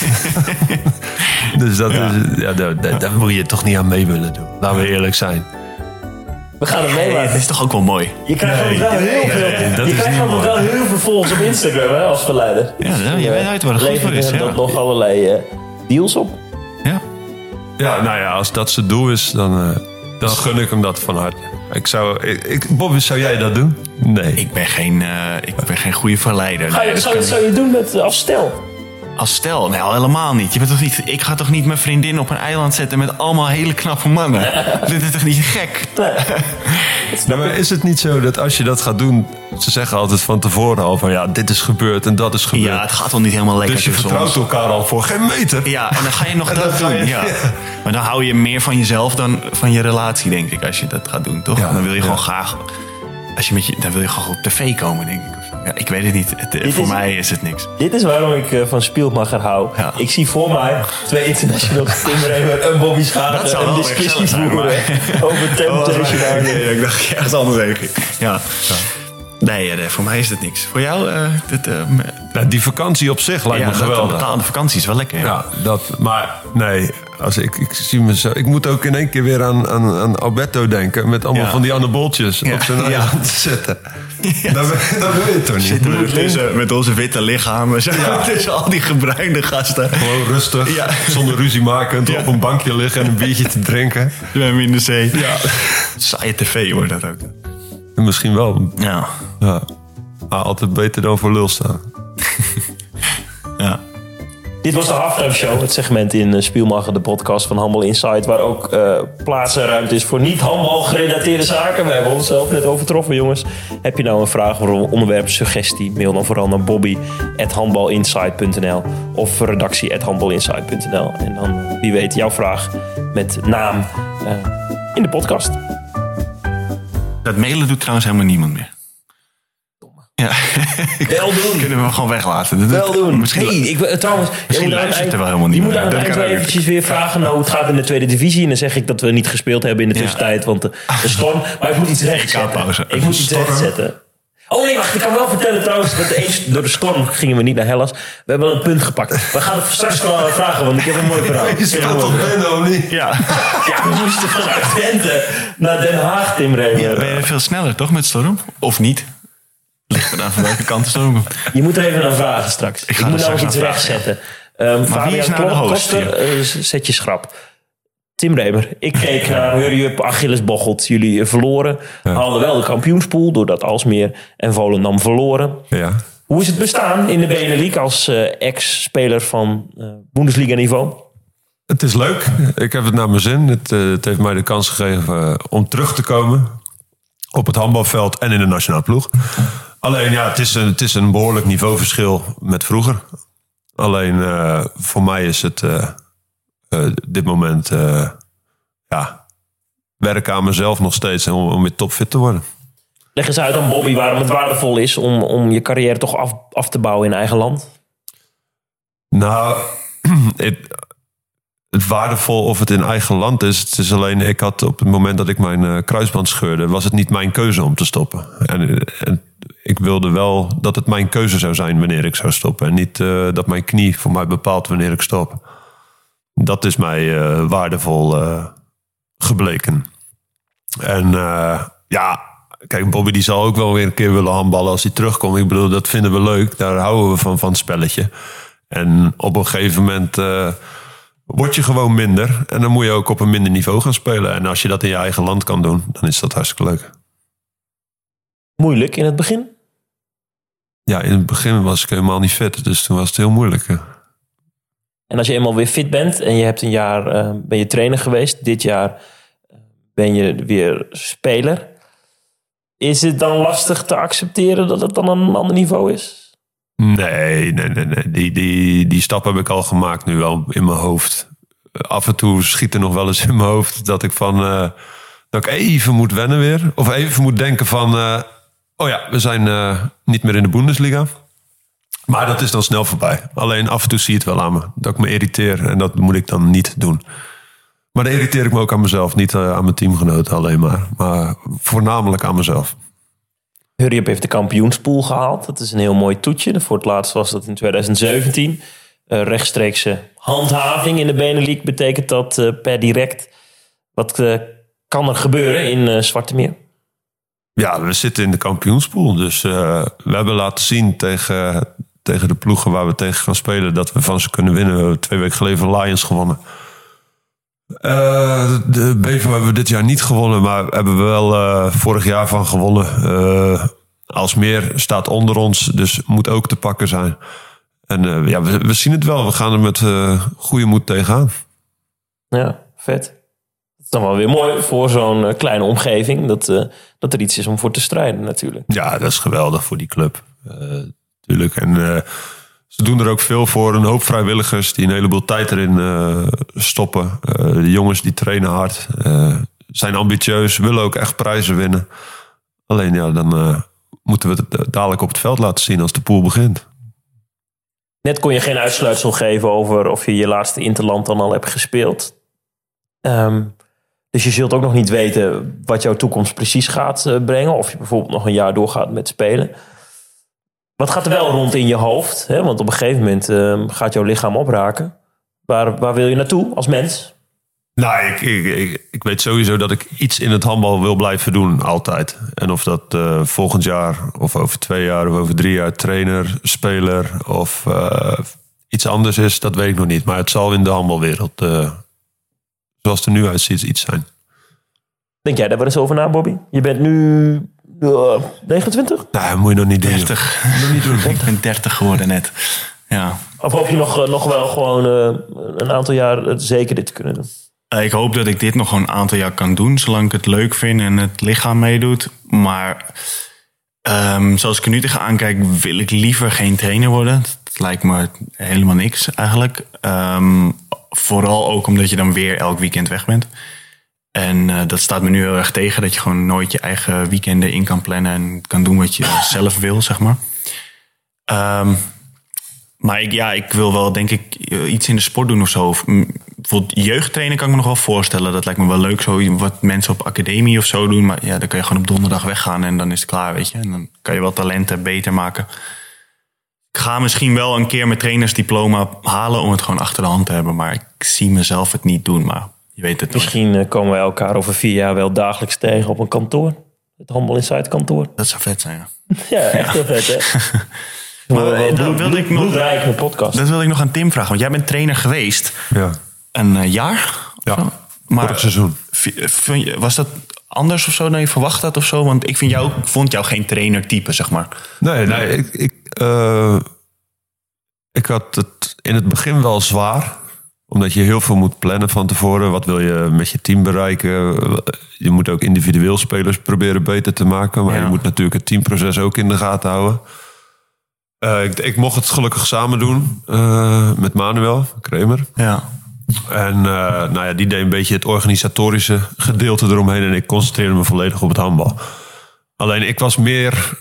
Dus dat is, daar moet je toch niet aan mee willen doen. Laten we eerlijk zijn. We gaan het meemaken. Het is toch ook wel mooi. Je krijgt altijd wel heel veel. Je krijgt altijd wel heel veel volgers op Instagram, hè, als verleider. Ja, je weet uit waar het goed voor is. Er nog allerlei deals op. Ja. Ja, nou ja, als dat zijn doel is, dan gun ik hem dat van harte. Bobby, zou jij dat doen? Nee. Ik ben geen goede verleider. Zou je het doen met als stel? Als stel, nou helemaal niet. Ik ga toch niet mijn vriendin op een eiland zetten met allemaal hele knappe mannen? Dit is toch niet gek? Ja, maar is het niet zo dat als je dat gaat doen... Ze zeggen altijd van tevoren al van... ja, dit is gebeurd en dat is gebeurd. Ja, het gaat wel niet helemaal lekker. Dus je vertrouwt ons. elkaar al voor geen meter. Ja, en dan ga je nog dat doen. Ja. Maar dan hou je meer van jezelf dan van je relatie, denk ik. Als je dat gaat doen, toch? Ja, Dan wil je gewoon graag... Dan wil je gewoon op tv komen, denk ik. Ja, ik weet het niet. Voor mij is het niks. Dit is waarom ik van Spielmacher hou. Ja. Ik zie voor mij 2 internationals, Tim Remer en Bobby Schagen een discussie voeren over Temptation. Ik dacht ergens anders even. Ja. Nee, voor mij is het niks. Voor jou? Die vakantie op zich lijkt me geweldig. Een betaalde vakantie is wel lekker. Ja, maar nee, als ik zie mezelf... Ik moet ook in één keer weer aan Alberto denken... met allemaal van die anaboltjes op zijn eiland te zetten. Ja. Dat wil je toch niet? Zitten we met onze witte lichamen tussen al die gebruinde gasten. Gewoon rustig, zonder ruzie maken, op een bankje liggen en een biertje te drinken. Zwemmen in de zee. Ja. Saaie tv hoor dat ook. Misschien wel. Ja. Maar altijd beter dan voor lul staan. Ja. Dit was de Halftime Show, het segment in Spielmacher, de podcast van Handbal Insight, waar ook plaats en ruimte is voor niet-handbal gerelateerde zaken. We hebben onszelf net overtroffen, jongens. Heb je nou een vraag of een onderwerp, suggestie? Mail dan vooral naar bobby@handbalinsight.nl of redactie@handbalinsight.nl. En dan, wie weet, jouw vraag met naam in de podcast. Dat mailen doet trouwens helemaal niemand meer. Ja. Wel doen. Kunnen we gewoon weglaten. Wel doen. Misschien luistert er wel helemaal niet je meer. moet aan het eind wel eventjes weer vragen hoe het gaat in de tweede divisie. En dan zeg ik dat we niet gespeeld hebben in de tussentijd. Want de storm... Maar ik moet iets rechtzetten. Oh nee, wacht. Ik kan wel vertellen trouwens dat eens door de storm gingen we niet naar Hellas. We hebben wel een punt gepakt. We gaan het straks wel vragen, want ik heb een mooi verhaal. Je speelt op Twente of niet? Ja, we moesten vanuit Twente naar Den Haag, Tim Remer. Ben je veel sneller toch met storm? Of niet? Ligt er aan van welke kant de storm komt. Je moet er even aan vragen straks. Ik moet nou iets rechtzetten. Maar wie is nou de host? Zet je schrap. Tim Remer, ik keek naar Hurry Up, Achilles Bocholt. Jullie verloren. Haalden wel de kampioenspool doordat Alsmeer en Volendam verloren. Ja. Hoe is het bestaan in de Benelux als ex-speler van Bundesliga niveau? Het is leuk. Ik heb het naar mijn zin. Het heeft mij de kans gegeven om terug te komen op het handbalveld en in de nationale ploeg. Alleen ja, het is een behoorlijk niveauverschil met vroeger. Alleen voor mij is het dit moment werken aan mezelf nog steeds om weer topfit te worden. Leg eens uit aan Bobby waarom het waardevol is om je carrière toch af te bouwen in eigen land. Nou, het waardevol of het in eigen land is. Het is alleen, ik had op het moment dat ik mijn kruisband scheurde, was het niet mijn keuze om te stoppen. En ik wilde wel dat het mijn keuze zou zijn wanneer ik zou stoppen. En niet dat mijn knie voor mij bepaalt wanneer ik stop. Dat is mij waardevol gebleken. En kijk, Bobby die zal ook wel weer een keer willen handballen als hij terugkomt. Ik bedoel, dat vinden we leuk. Daar houden we van het spelletje. En op een gegeven moment word je gewoon minder. En dan moet je ook op een minder niveau gaan spelen. En als je dat in je eigen land kan doen, dan is dat hartstikke leuk. Moeilijk in het begin? Ja, in het begin was ik helemaal niet fit. Dus toen was het heel moeilijk. En als je eenmaal weer fit bent en je hebt een jaar ben je trainer geweest. Dit jaar ben je weer speler. Is het dan lastig te accepteren dat het dan een ander niveau is? Nee. Die stap heb ik al gemaakt nu wel in mijn hoofd. Af en toe schiet er nog wel eens in mijn hoofd dat ik dat ik even moet wennen weer. Of even moet denken van, we zijn niet meer in de Bundesliga. Maar dat is dan snel voorbij. Alleen af en toe zie je het wel aan me. Dat ik me irriteer en dat moet ik dan niet doen. Maar dan irriteer ik me ook aan mezelf. Niet aan mijn teamgenoten alleen maar voornamelijk aan mezelf. Hurry Up heeft de kampioenspool gehaald. Dat is een heel mooi toetje. Voor het laatst was dat in 2017. Rechtstreekse handhaving in de Benelux betekent dat per direct. Wat kan er gebeuren in Zwarte Meer? Ja, we zitten in de kampioenspool. Dus we hebben laten zien tegen de ploegen waar we tegen gaan spelen dat we van ze kunnen winnen. We hebben 2 weken geleden van Lions gewonnen. De Bevo hebben we dit jaar niet gewonnen, maar hebben we wel vorig jaar van gewonnen. Alsmeer staat onder ons, dus moet ook te pakken zijn. En we zien het wel. We gaan er met goede moed tegenaan. Ja, vet. Dat is dan wel weer mooi voor zo'n kleine omgeving. Dat er iets is om voor te strijden natuurlijk. Ja, dat is geweldig voor die club. Natuurlijk. En ze doen er ook veel voor. Een hoop vrijwilligers die een heleboel tijd erin stoppen. De jongens die trainen hard. Zijn ambitieus. Willen ook echt prijzen winnen. Alleen dan moeten we het dadelijk op het veld laten zien als de pool begint. Net kon je geen uitsluitsel geven over of je laatste interland dan al hebt gespeeld. Dus je zult ook nog niet weten wat jouw toekomst precies gaat brengen. Of je bijvoorbeeld nog een jaar doorgaat met spelen. Wat gaat er wel rond in je hoofd? Hè? Want op een gegeven moment gaat jouw lichaam opraken. Waar wil je naartoe als mens? Nou, ik weet sowieso dat ik iets in het handbal wil blijven doen, altijd. En of dat volgend jaar, of over 2 jaar, of over 3 jaar trainer, speler of iets anders is, dat weet ik nog niet. Maar het zal in de handbalwereld, zoals het er nu uitziet, iets zijn. Denk jij daar wel eens over na, Bobby? Je bent nu 29? Nou, dat moet je nog niet doen. 30. Ik ben 30 geworden net. Ja. Of hoop je nog wel gewoon een aantal jaar zeker dit te kunnen doen? Ik hoop dat ik dit nog een aantal jaar kan doen, zolang ik het leuk vind en het lichaam meedoet. Maar zoals ik er nu tegenaan kijk, wil ik liever geen trainer worden. Dat lijkt me helemaal niks eigenlijk. Vooral ook omdat je dan weer elk weekend weg bent. En dat staat me nu heel erg tegen, dat je gewoon nooit je eigen weekenden in kan plannen en kan doen wat je zelf wil, zeg maar. Maar ik wil wel, denk ik, iets in de sport doen of zo. Bijvoorbeeld jeugdtrainen kan ik me nog wel voorstellen. Dat lijkt me wel leuk, zo wat mensen op academie of zo doen. Maar ja, dan kan je gewoon op donderdag weggaan en dan is het klaar, weet je. En dan kan je wel talenten beter maken. Ik ga misschien wel een keer mijn trainersdiploma halen om het gewoon achter de hand te hebben. Maar ik zie mezelf het niet doen, maar je weet het. Misschien komen wij elkaar over 4 jaar wel dagelijks tegen op een kantoor. Het Handbal Insight kantoor. Dat zou vet zijn, ja. Ja, echt heel vet, hè? Maar dat wilde ik nog een podcast. Dat wilde ik nog aan Tim vragen, want jij bent trainer geweest. Ja. Een jaar? Ja, maar vorig seizoen. Was dat anders of zo dan je verwacht had of zo? Want ik vond jou geen trainertype, zeg maar. Nee, ik had het in het begin wel zwaar. Omdat je heel veel moet plannen van tevoren. Wat wil je met je team bereiken? Je moet ook individueel spelers proberen beter te maken. Maar je moet natuurlijk het teamproces ook in de gaten houden. Ik mocht het gelukkig samen doen met Manuel Kremer. Ja. En die deed een beetje het organisatorische gedeelte eromheen. En ik concentreerde me volledig op het handbal. Alleen ik was meer,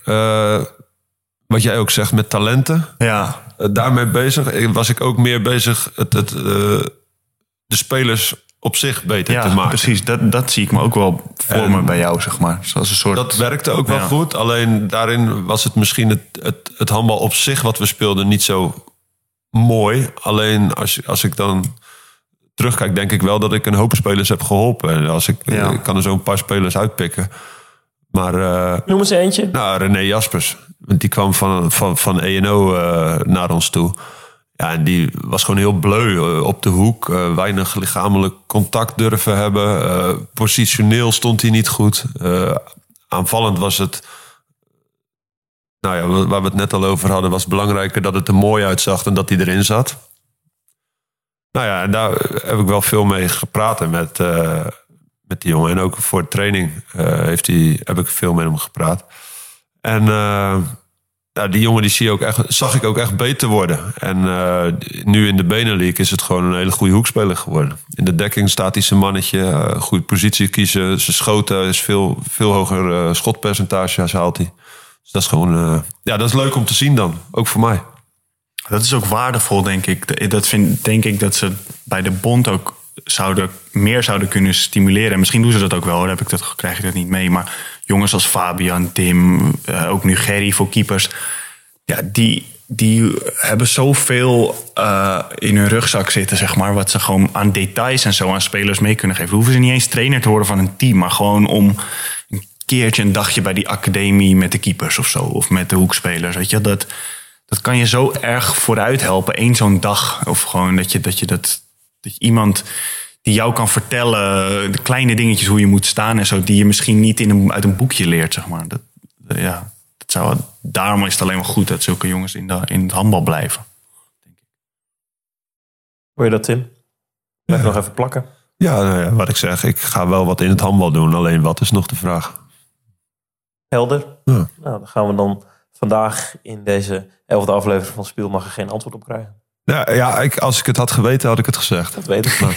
wat jij ook zegt, met talenten. Ja. Daarmee bezig. Was ik ook meer bezig de spelers op zich beter te maken. Precies. Dat zie ik me ook wel voor me bij jou, zeg maar. Zoals een soort... Dat werkte ook wel goed. Alleen daarin was het misschien het handbal op zich wat we speelden niet zo mooi. Alleen als ik dan terugkijk, denk ik wel dat ik een hoop spelers heb geholpen. En ik kan er zo een paar spelers uitpikken. Maar, noem eens eentje. Nou, René Jaspers. Want die kwam van ENO naar ons toe. Ja, en die was gewoon heel bleu op de hoek. Weinig lichamelijk contact durven hebben. Positioneel stond hij niet goed. Aanvallend was het... Nou ja, waar we het net al over hadden... was het belangrijker dat het er mooi uitzag dan dat hij erin zat. Nou ja, en daar heb ik wel veel mee gepraat met die jongen. En ook voor de training heb ik veel met hem gepraat. En die jongen die zag ik ook echt beter worden. En nu in de Benelux is het gewoon een hele goede hoekspeler geworden. In de dekking staat hij zijn mannetje. Goede positie kiezen. Zijn schoten is veel hoger schotpercentage haalt hij. Dus dat is gewoon... dat is leuk om te zien dan. Ook voor mij. Dat is ook waardevol, denk ik. Denk ik dat ze bij de bond ook meer zouden kunnen stimuleren. En misschien doen ze dat ook wel, krijg ik dat niet mee. Maar jongens als Fabian, Tim, ook nu Gerry voor keepers. Ja, die hebben zoveel in hun rugzak zitten, zeg maar. Wat ze gewoon aan details en zo aan spelers mee kunnen geven. Hoeven ze niet eens trainer te worden van een team. Maar gewoon om een keertje een dagje bij die academie met de keepers of zo. Of met de hoekspelers, weet je. Dat kan je zo erg vooruit helpen. Eén zo'n dag. Of gewoon dat je iemand die jou kan vertellen... de kleine dingetjes hoe je moet staan en zo... die je misschien niet uit een boekje leert, zeg maar. Daarom is het alleen maar goed dat zulke jongens in het handbal blijven. Hoor je dat, Tim? Blijf nog even plakken. Ja, nou ja, wat ik zeg. Ik ga wel wat in het handbal doen. Alleen wat is nog de vraag? Helder. Ja. Nou, dan gaan we dan vandaag in deze 11e aflevering van Spiel mag er geen antwoord op krijgen. Ja, als ik het had geweten, had ik het gezegd. Dat weet ik.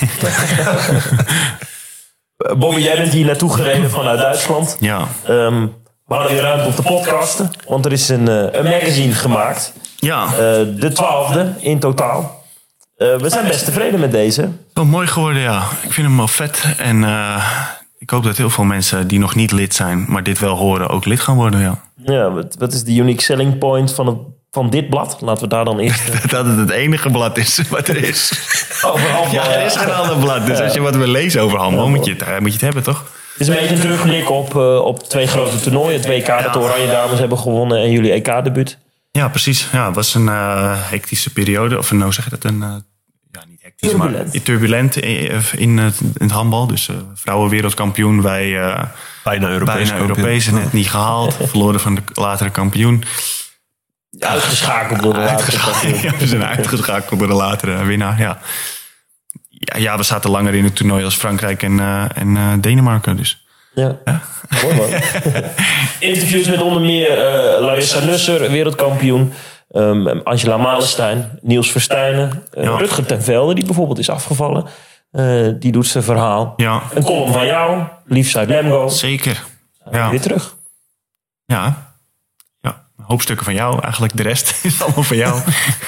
Bobby, jij bent hier naartoe gereden vanuit Duitsland. Ja. We hadden weer ruimte op de podcasten. Want er is een magazine gemaakt. Ja, De 12e in totaal. We zijn best tevreden met deze. wel mooi geworden, ja. Ik vind hem wel vet. En ik hoop dat heel veel mensen die nog niet lid zijn, maar dit wel horen, ook lid gaan worden, ja. Ja, wat is de unique selling point van dit blad? Laten we daar dan eerst... Dat het enige blad is wat er is. Overal. Ja, er is geen ander blad. Dus als je wat wil lezen over handbal, moet je het hebben, toch? Het is een beetje een terugblik op 2 grote toernooien. Het WK dat de Oranje Dames hebben gewonnen en jullie EK-debuut. Ja, precies. Ja, het was een hectische periode. Of hoe zeg je dat? Niet hectisch, Turbulent. maar turbulent in het handbal. Dus vrouwen wereldkampioen. Wij Bijna bijna Europees net niet gehaald. Verloren van de latere kampioen. Uitgeschakeld door de laatste kampioen. Ja, we zijn uitgeschakeld door de latere winnaar. Ja, we zaten langer in het toernooi als Frankrijk en Denemarken. Dus. Ja. Mooi man. Interviews met onder meer Larissa Nusser, wereldkampioen. Angela Malenstein, Niels Verstijnen. Rutger ten Velde, die bijvoorbeeld is afgevallen. Die doet zijn verhaal. Ja, Een column van jou, Lief uit Lemgo. zeker. Ja. Weer terug. Ja, hoofdstukken van jou. Eigenlijk de rest is allemaal van jou.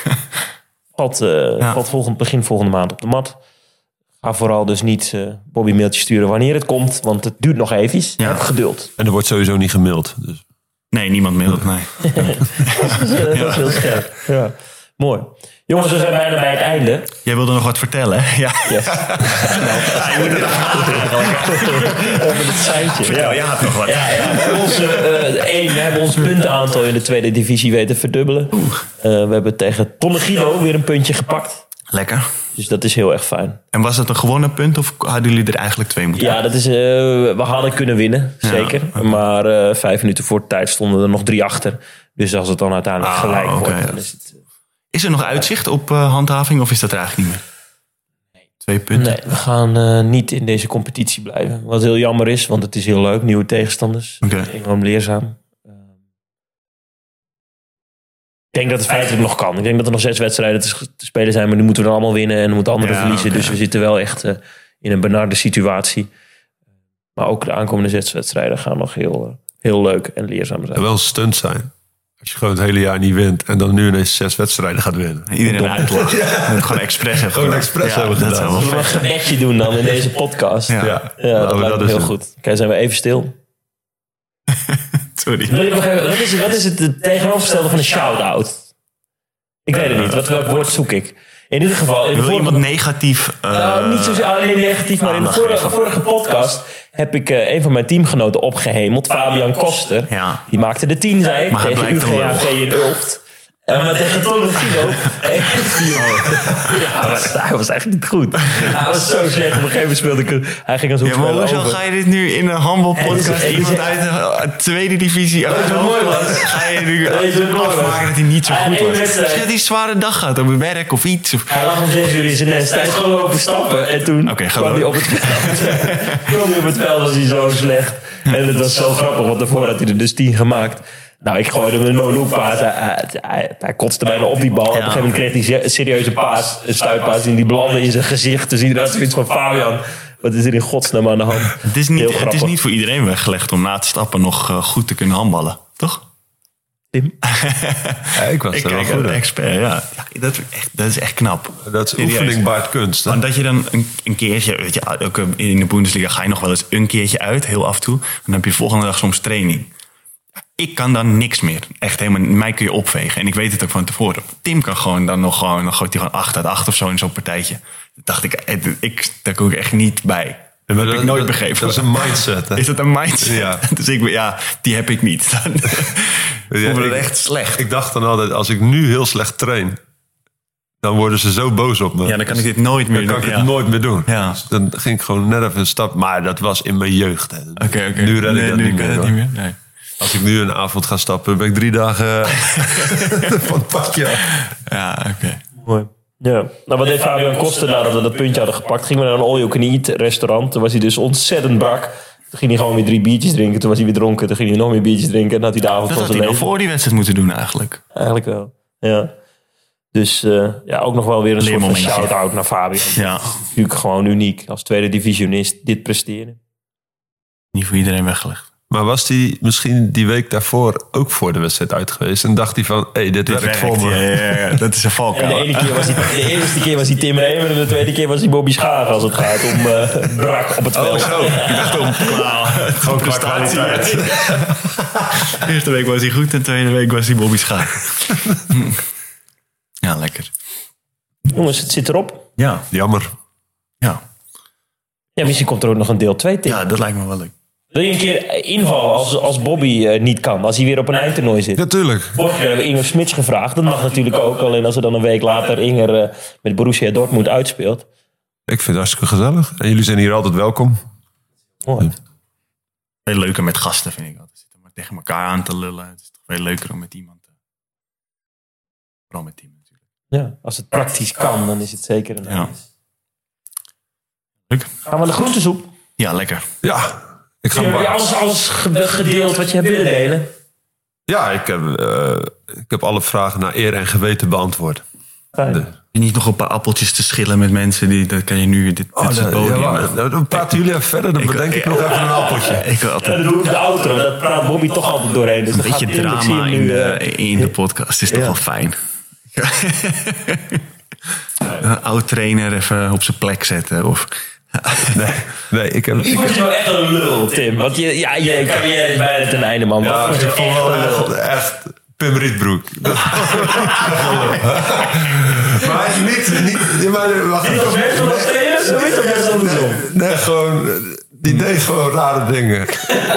Valt begin volgende maand op de mat. Ga vooral dus niet Bobby mailtje sturen wanneer het komt. Want het duurt nog even. Ja. Heb geduld. En er wordt sowieso niet gemaild. Dus. Nee, niemand mailt. Nee. Dat is heel scherp. Ja. Mooi. Jongens, we zijn bijna bij het einde. Jij wilde nog wat vertellen, hè? Ja. Yes. Over het seintje. Vertel, jij had nog wat. Ja, we hebben ons puntenaantal in de tweede divisie weten verdubbelen. We hebben tegen Tonne Guido weer een puntje gepakt. Lekker. Dus dat is heel erg fijn. En was het een gewonnen punt of hadden jullie er eigenlijk 2 moeten? Ja, dat is, we hadden kunnen winnen, zeker. Ja, okay. Maar 5 minuten voor tijd stonden er nog 3 achter. Dus als het dan uiteindelijk gelijk wordt, dan is het... Is er nog uitzicht op handhaving of is dat er eigenlijk niet meer? Nee. 2 punten? Nee, we gaan niet in deze competitie blijven. Wat heel jammer is, want het is heel leuk. Nieuwe tegenstanders. Okay. Enorm leerzaam. Ik denk dat het feitelijk nog kan. Ik denk dat er nog 6 wedstrijden te spelen zijn. Maar die moeten we dan allemaal winnen en dan moeten anderen verliezen. Okay. Dus we zitten wel echt in een benarde situatie. Maar ook de aankomende 6 wedstrijden gaan nog heel leuk en leerzaam zijn. Het wel een stunt zijn. Als je gewoon het hele jaar niet wint en dan nu ineens 6 wedstrijden gaat winnen. Iedereen uitlacht. Moet gewoon expres hebben. Gewoon expres hebben gedaan. Zullen we een gebedje doen dan in deze podcast? Ja, dat lijkt me heel goed. Kijk, zijn we even stil. Sorry. Wat is het tegenovergestelde van een shout-out? Ik weet het niet. Welk woord zoek ik? In ieder geval... Wil iemand negatief... niet zozeer alleen negatief, maar in de vorige podcast heb ik een van mijn teamgenoten opgehemeld. Fabian Koster. Ja. Die maakte de 10, zei ik, maar tegen UGAV in Ulft. Maar tegen Tonne Guido. Hij was echt niet goed. Hij was zo slecht. Op een gegeven moment speelde ik... Hij ging als een maar hoezo ga je dit nu in een handbalpodcast... iemand uit de tweede divisie... ga je nu afmaken dat hij niet zo goed was? Misschien dat hij een zware dag had op het werk of iets. Hij lag om 6 uur in zijn nest. Hij is gewoon lopen stappen. En toen kwam hij op het veld. Was hij zo slecht. En het was zo grappig. Want daarvoor had hij er dus 10 gemaakt. Nou, ik gooide hem een no-look paas. Hij kotste bijna op die bal. Op een gegeven moment kreeg hij een serieuze paas. Een stuitpaas. En die belandde in zijn gezicht. Dus iedereen had zoiets van Fabian. Wat is er in godsnaam aan de hand? Het is niet voor iedereen weggelegd om na te stappen nog goed te kunnen handballen. Toch? Tim? Ik was er wel goed een expert, ja. Dat is echt knap. Dat is oefening baart kunst. Hè? Maar dat je dan een keertje... Weet je, ook in de Bundesliga ga je nog wel eens een keertje uit. Heel af en toe. En dan heb je volgende dag soms training. Ik kan dan niks meer. Echt helemaal, mij kun je opvegen. En ik weet het ook van tevoren. Tim kan gewoon dan gooit hij gewoon 8 uit 8 of zo in zo'n partijtje. Dat dacht ik, daar kom ik echt niet bij. Dat heb ik nooit begrepen. Dat is een mindset. Hè? Is dat een mindset? Ja. Dus die heb ik niet. Dan voel ik het echt slecht. Ik dacht dan altijd, als ik nu heel slecht train, dan worden ze zo boos op me. Ja, dan kan ik dit nooit meer doen. Dan kan ik het nooit meer doen. Ja. Dus dan ging ik gewoon net even een stap. Maar dat was in mijn jeugd. Okay. Nu red ik dat niet meer. Nee. Als ik nu een avond ga stappen, ben ik 3 dagen van het padje. Ja, oké. Mooi. Ja, nou wat deed Fabian Koster nadat we dat puntje hadden gepakt? Gingen we naar een all-you-can-eat restaurant. Toen was hij dus ontzettend brak. Toen ging hij gewoon weer 3 biertjes drinken. Toen was hij weer dronken. Toen ging hij nog meer biertjes drinken. En had hij de avond Dat van had zijn hij nog leven. voor die wedstrijd moeten doen eigenlijk. Eigenlijk wel, ja. Dus ook nog wel weer een soort van Leermomentje. shout-out naar Fabian. Ja, Natuurlijk gewoon uniek. Als tweede divisionist dit presteren. niet voor iedereen weggelegd. Maar was hij misschien die week daarvoor ook voor de wedstrijd uit geweest? En dacht hij van, dit werkt voor me. Ja, dat is een valkuil. En de eerste keer was hij Tim Reemer. En de tweede keer was hij Bobby Schaag. Als het gaat om brak op het veld. Zo, ik dacht om gewoon prestatie. De eerste week was hij goed en de tweede week was hij Bobby Schaag. Ja, lekker. Jongens, het zit erop. Ja, Jammer. ja. Ja, misschien komt er ook nog een deel 2, Tim. Ja, dat lijkt me wel leuk. Wil je een keer invallen als Bobby niet kan? Als hij weer op een eindtoernooi zit? Natuurlijk. Vorige keer hebben we Inger Smits gevraagd. Dat mag natuurlijk ook. Alleen als er dan een week later Inger met Borussia Dortmund uitspeelt. Ik vind het hartstikke gezellig. En jullie zijn hier altijd welkom. Mooi. Veel leuker met gasten, vind ik altijd. Zitten maar tegen elkaar aan te lullen. Het is toch veel leuker om met iemand vooral met team natuurlijk. Ja, als het praktisch kan, dan is het zeker een Ja. Leuk. Gaan we naar de groentesoep? Ja, lekker. Ja, ik ga Heb je maar. alles gedeeld wat je hebt willen delen? Ja, ik heb alle vragen naar eer en geweten beantwoord. Fijn. En niet nog een paar appeltjes te schillen met mensen. Dat kan je nu. Dit is het podium. Dan praten jullie even verder. Dan bedenk ik nog even een appeltje. Ik wil altijd Ja, dat doe ik de outro. Dat praat Bobby toch altijd doorheen. Dus een dan gaat beetje Tim, ik zie drama hem nu, in de podcast. Is toch wel fijn. Een oud-trainer even op zijn plek zetten. Of... Nee, ik heb... Ik vond je wel echt een lul, Tim. Want je carrière is bijna ten einde, man. Ja, Wat ik vond je vond echt wel een lul. echt Pim Rietbroek. Maar hij is niet... Maar, wacht Is dat best wel een trainer? Zo is dat best andersom. nee, gewoon... Die deed gewoon rare dingen.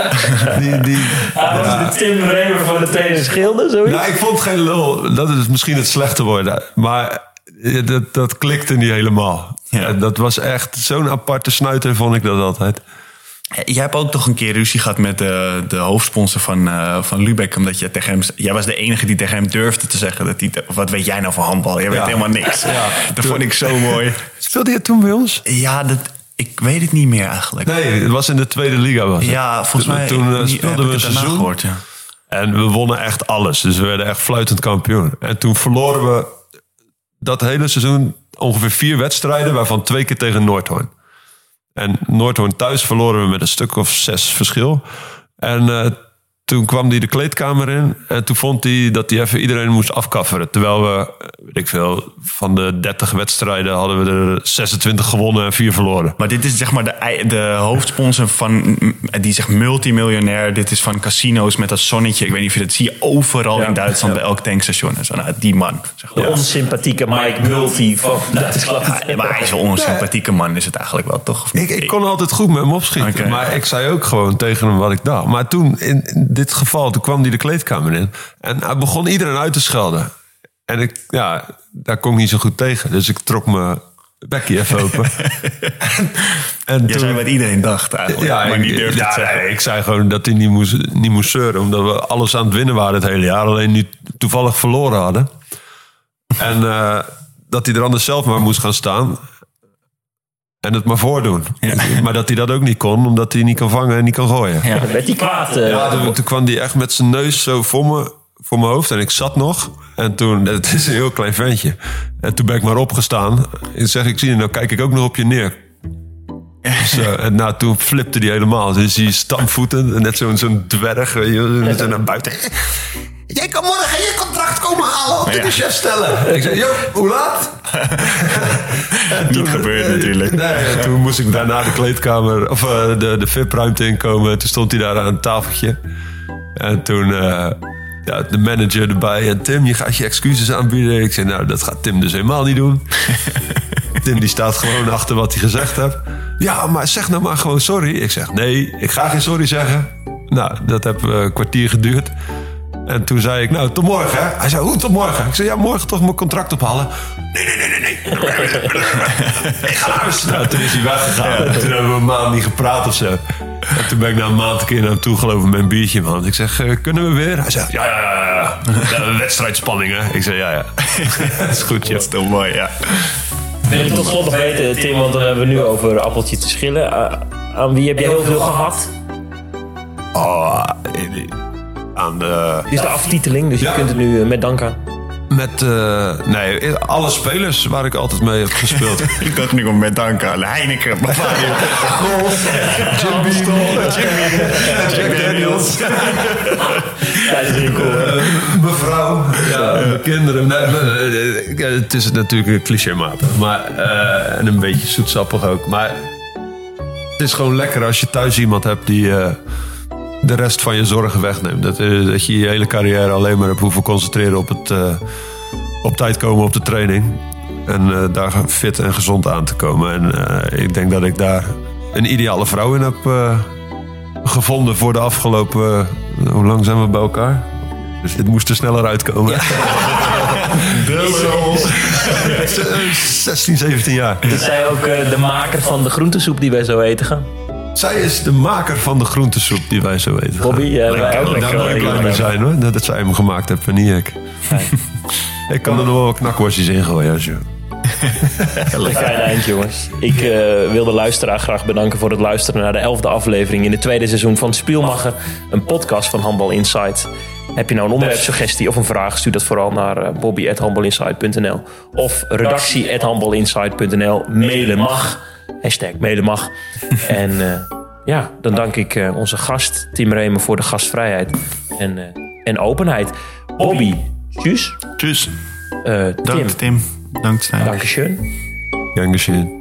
Hij was de Tim Reemer van de trainer Schilder, zoiets? Nou, ik vond het geen lul. Dat is misschien het slechte woord. Maar dat klikte niet helemaal. Ja. Dat was echt zo'n aparte snuiter, vond ik dat altijd. Jij hebt ook toch een keer ruzie gehad met de hoofdsponsor van Lübeck. Omdat je tegen hem... Jij was de enige die tegen hem durfde te zeggen dat hij... Wat weet jij nou van handbal? Jij weet helemaal niks. Dat vond ik zo mooi. Speelde je toen bij ons? Ja, ik weet het niet meer eigenlijk. Nee, het was in de tweede liga. Was het. Ja, volgens mij Toen speelden we een seizoen. Gehoord, ja. En we wonnen echt alles. Dus we werden echt fluitend kampioen. En toen verloren we dat hele seizoen ongeveer 4 wedstrijden, waarvan 2 keer tegen Noordhoorn. En Noordhoorn thuis verloren we met een stuk of 6 verschil. En toen kwam hij de kleedkamer in. En toen vond hij dat hij even iedereen moest afkafferen. Terwijl we, weet ik veel, van de 30 wedstrijden hadden we er 26 gewonnen en 4 verloren. Maar dit is zeg maar de hoofdsponsor van... Die zegt multimiljonair. Dit is van casino's met dat zonnetje. Ik weet niet of je dat zie je overal in Duitsland bij elk tankstation. En zo. Nou, die man. Zeg maar. De onsympathieke Mike Multi van Duitsland. Ja, maar hij is wel een onsympathieke man, is het eigenlijk wel, toch? Of niet? Ik kon altijd goed met hem opschieten. Oké. Maar ik zei ook gewoon tegen hem wat ik dacht. Maar toen, in dit geval, toen kwam hij de kleedkamer in. En hij begon iedereen uit te schelden. En daar kon ik niet zo goed tegen. Dus ik trok mijn bekkie even open. en Jij zei wat iedereen dacht eigenlijk, maar niet durfde te zeggen. nee, ik zei gewoon dat hij niet moest zeuren. Omdat we alles aan het winnen waren het hele jaar. Alleen nu toevallig verloren hadden. En dat hij er anders zelf maar moest gaan staan. En het maar voordoen. Ja. Maar dat hij dat ook niet kon, omdat hij niet kan vangen en niet kan gooien. Ja, dan werd hij kwaad. Toen kwam hij echt met zijn neus zo voor mijn hoofd. En ik zat nog. En toen, het is een heel klein ventje. En toen ben ik maar opgestaan. En zeg ik, zie je, nou kijk ik ook nog op je neer. Dus, en toen flipte hij helemaal. Dus hij stampvoetend. Net zo'n dwerg. Weet je, zo naar buiten. Jij kan morgen je contract komen halen. Op de chef stellen. Ik zei, hoe laat? Niet gebeurd natuurlijk. Nee, toen moest ik daarna de kleedkamer, of de VIP-ruimte inkomen. Toen stond hij daar aan een tafeltje. En toen de manager erbij. En Tim, je gaat je excuses aanbieden. Ik zei, nou, dat gaat Tim dus helemaal niet doen. Tim die staat gewoon achter wat hij gezegd heeft. Ja, maar zeg nou maar gewoon sorry. Ik zeg, nee, ik ga geen sorry zeggen. Nou, dat heeft een kwartier geduurd. En toen zei ik, nou, tot morgen, hè? Hij zei, hoe tot morgen? Ik zei, ja, morgen toch mijn contract ophalen. Nee. Ik ga naar huis. Nou, toen is hij weggegaan. En toen hebben we een maand niet gepraat of zo. En toen ben ik na een maand een keer naar hem toe gelopen met een biertje in mijn hand. Ik zeg, kunnen we weer? Hij zegt, ja. Wedstrijdspanning, hè? Ik zei, ja. Dat is goed, ja. Dat is toch mooi, ja. Wil je tot slot nog weten, Tim, want dan hebben we nu over appeltje te schillen. Aan wie heb je heel veel gehad? Aan de... Dit is de aftiteling, dus je kunt het nu met dank aan. Met alle spelers waar ik altijd mee heb gespeeld. Ik dacht nu om met dank aan Heineken, Bavaria, Jim Beam, Jack Daniels. Ja, dat is heel cool. Mevrouw, mijn kinderen. Nee, het is natuurlijk clichématig. Maar, en een beetje zoetsappig ook. Maar het is gewoon lekker als je thuis iemand hebt die de rest van je zorgen wegneemt. Dat je je hele carrière alleen maar hebt hoeven concentreren op het op tijd komen op de training. En daar fit en gezond aan te komen. En ik denk dat ik daar een ideale vrouw in heb gevonden voor de afgelopen... hoe lang zijn we bij elkaar? Dus dit moest er sneller uitkomen. Ja. 16, 17 jaar. Is zij ook de maker van de groentesoep die wij zo eten gaan? Zij is de maker van de groentesoep die wij zo eten. Bobby, wij ook Daar moet ik blij mee zijn, hoor. Dat zij hem gemaakt heeft en niet ik. Ik kan er nog wel wat knakworstjes in gooien. Als je... Een fijn eind, jongens. Ik wil de luisteraar graag bedanken voor het luisteren naar de 11e aflevering in het tweede seizoen van Spielmacher, een podcast van Handbal Insight. Heb je nou een onderwerpsuggestie of een vraag, stuur dat vooral naar bobby@handbalinsight.nl of redactie@handbalinsight.nl. Mailen mag. #mailen mag. En dan dank ik onze gast Tim Remen voor de gastvrijheid en openheid. Bobby, tjus. Tjus. Tim. Dank Tim. Dank Stijn. Dankeschön. Gern geschehen.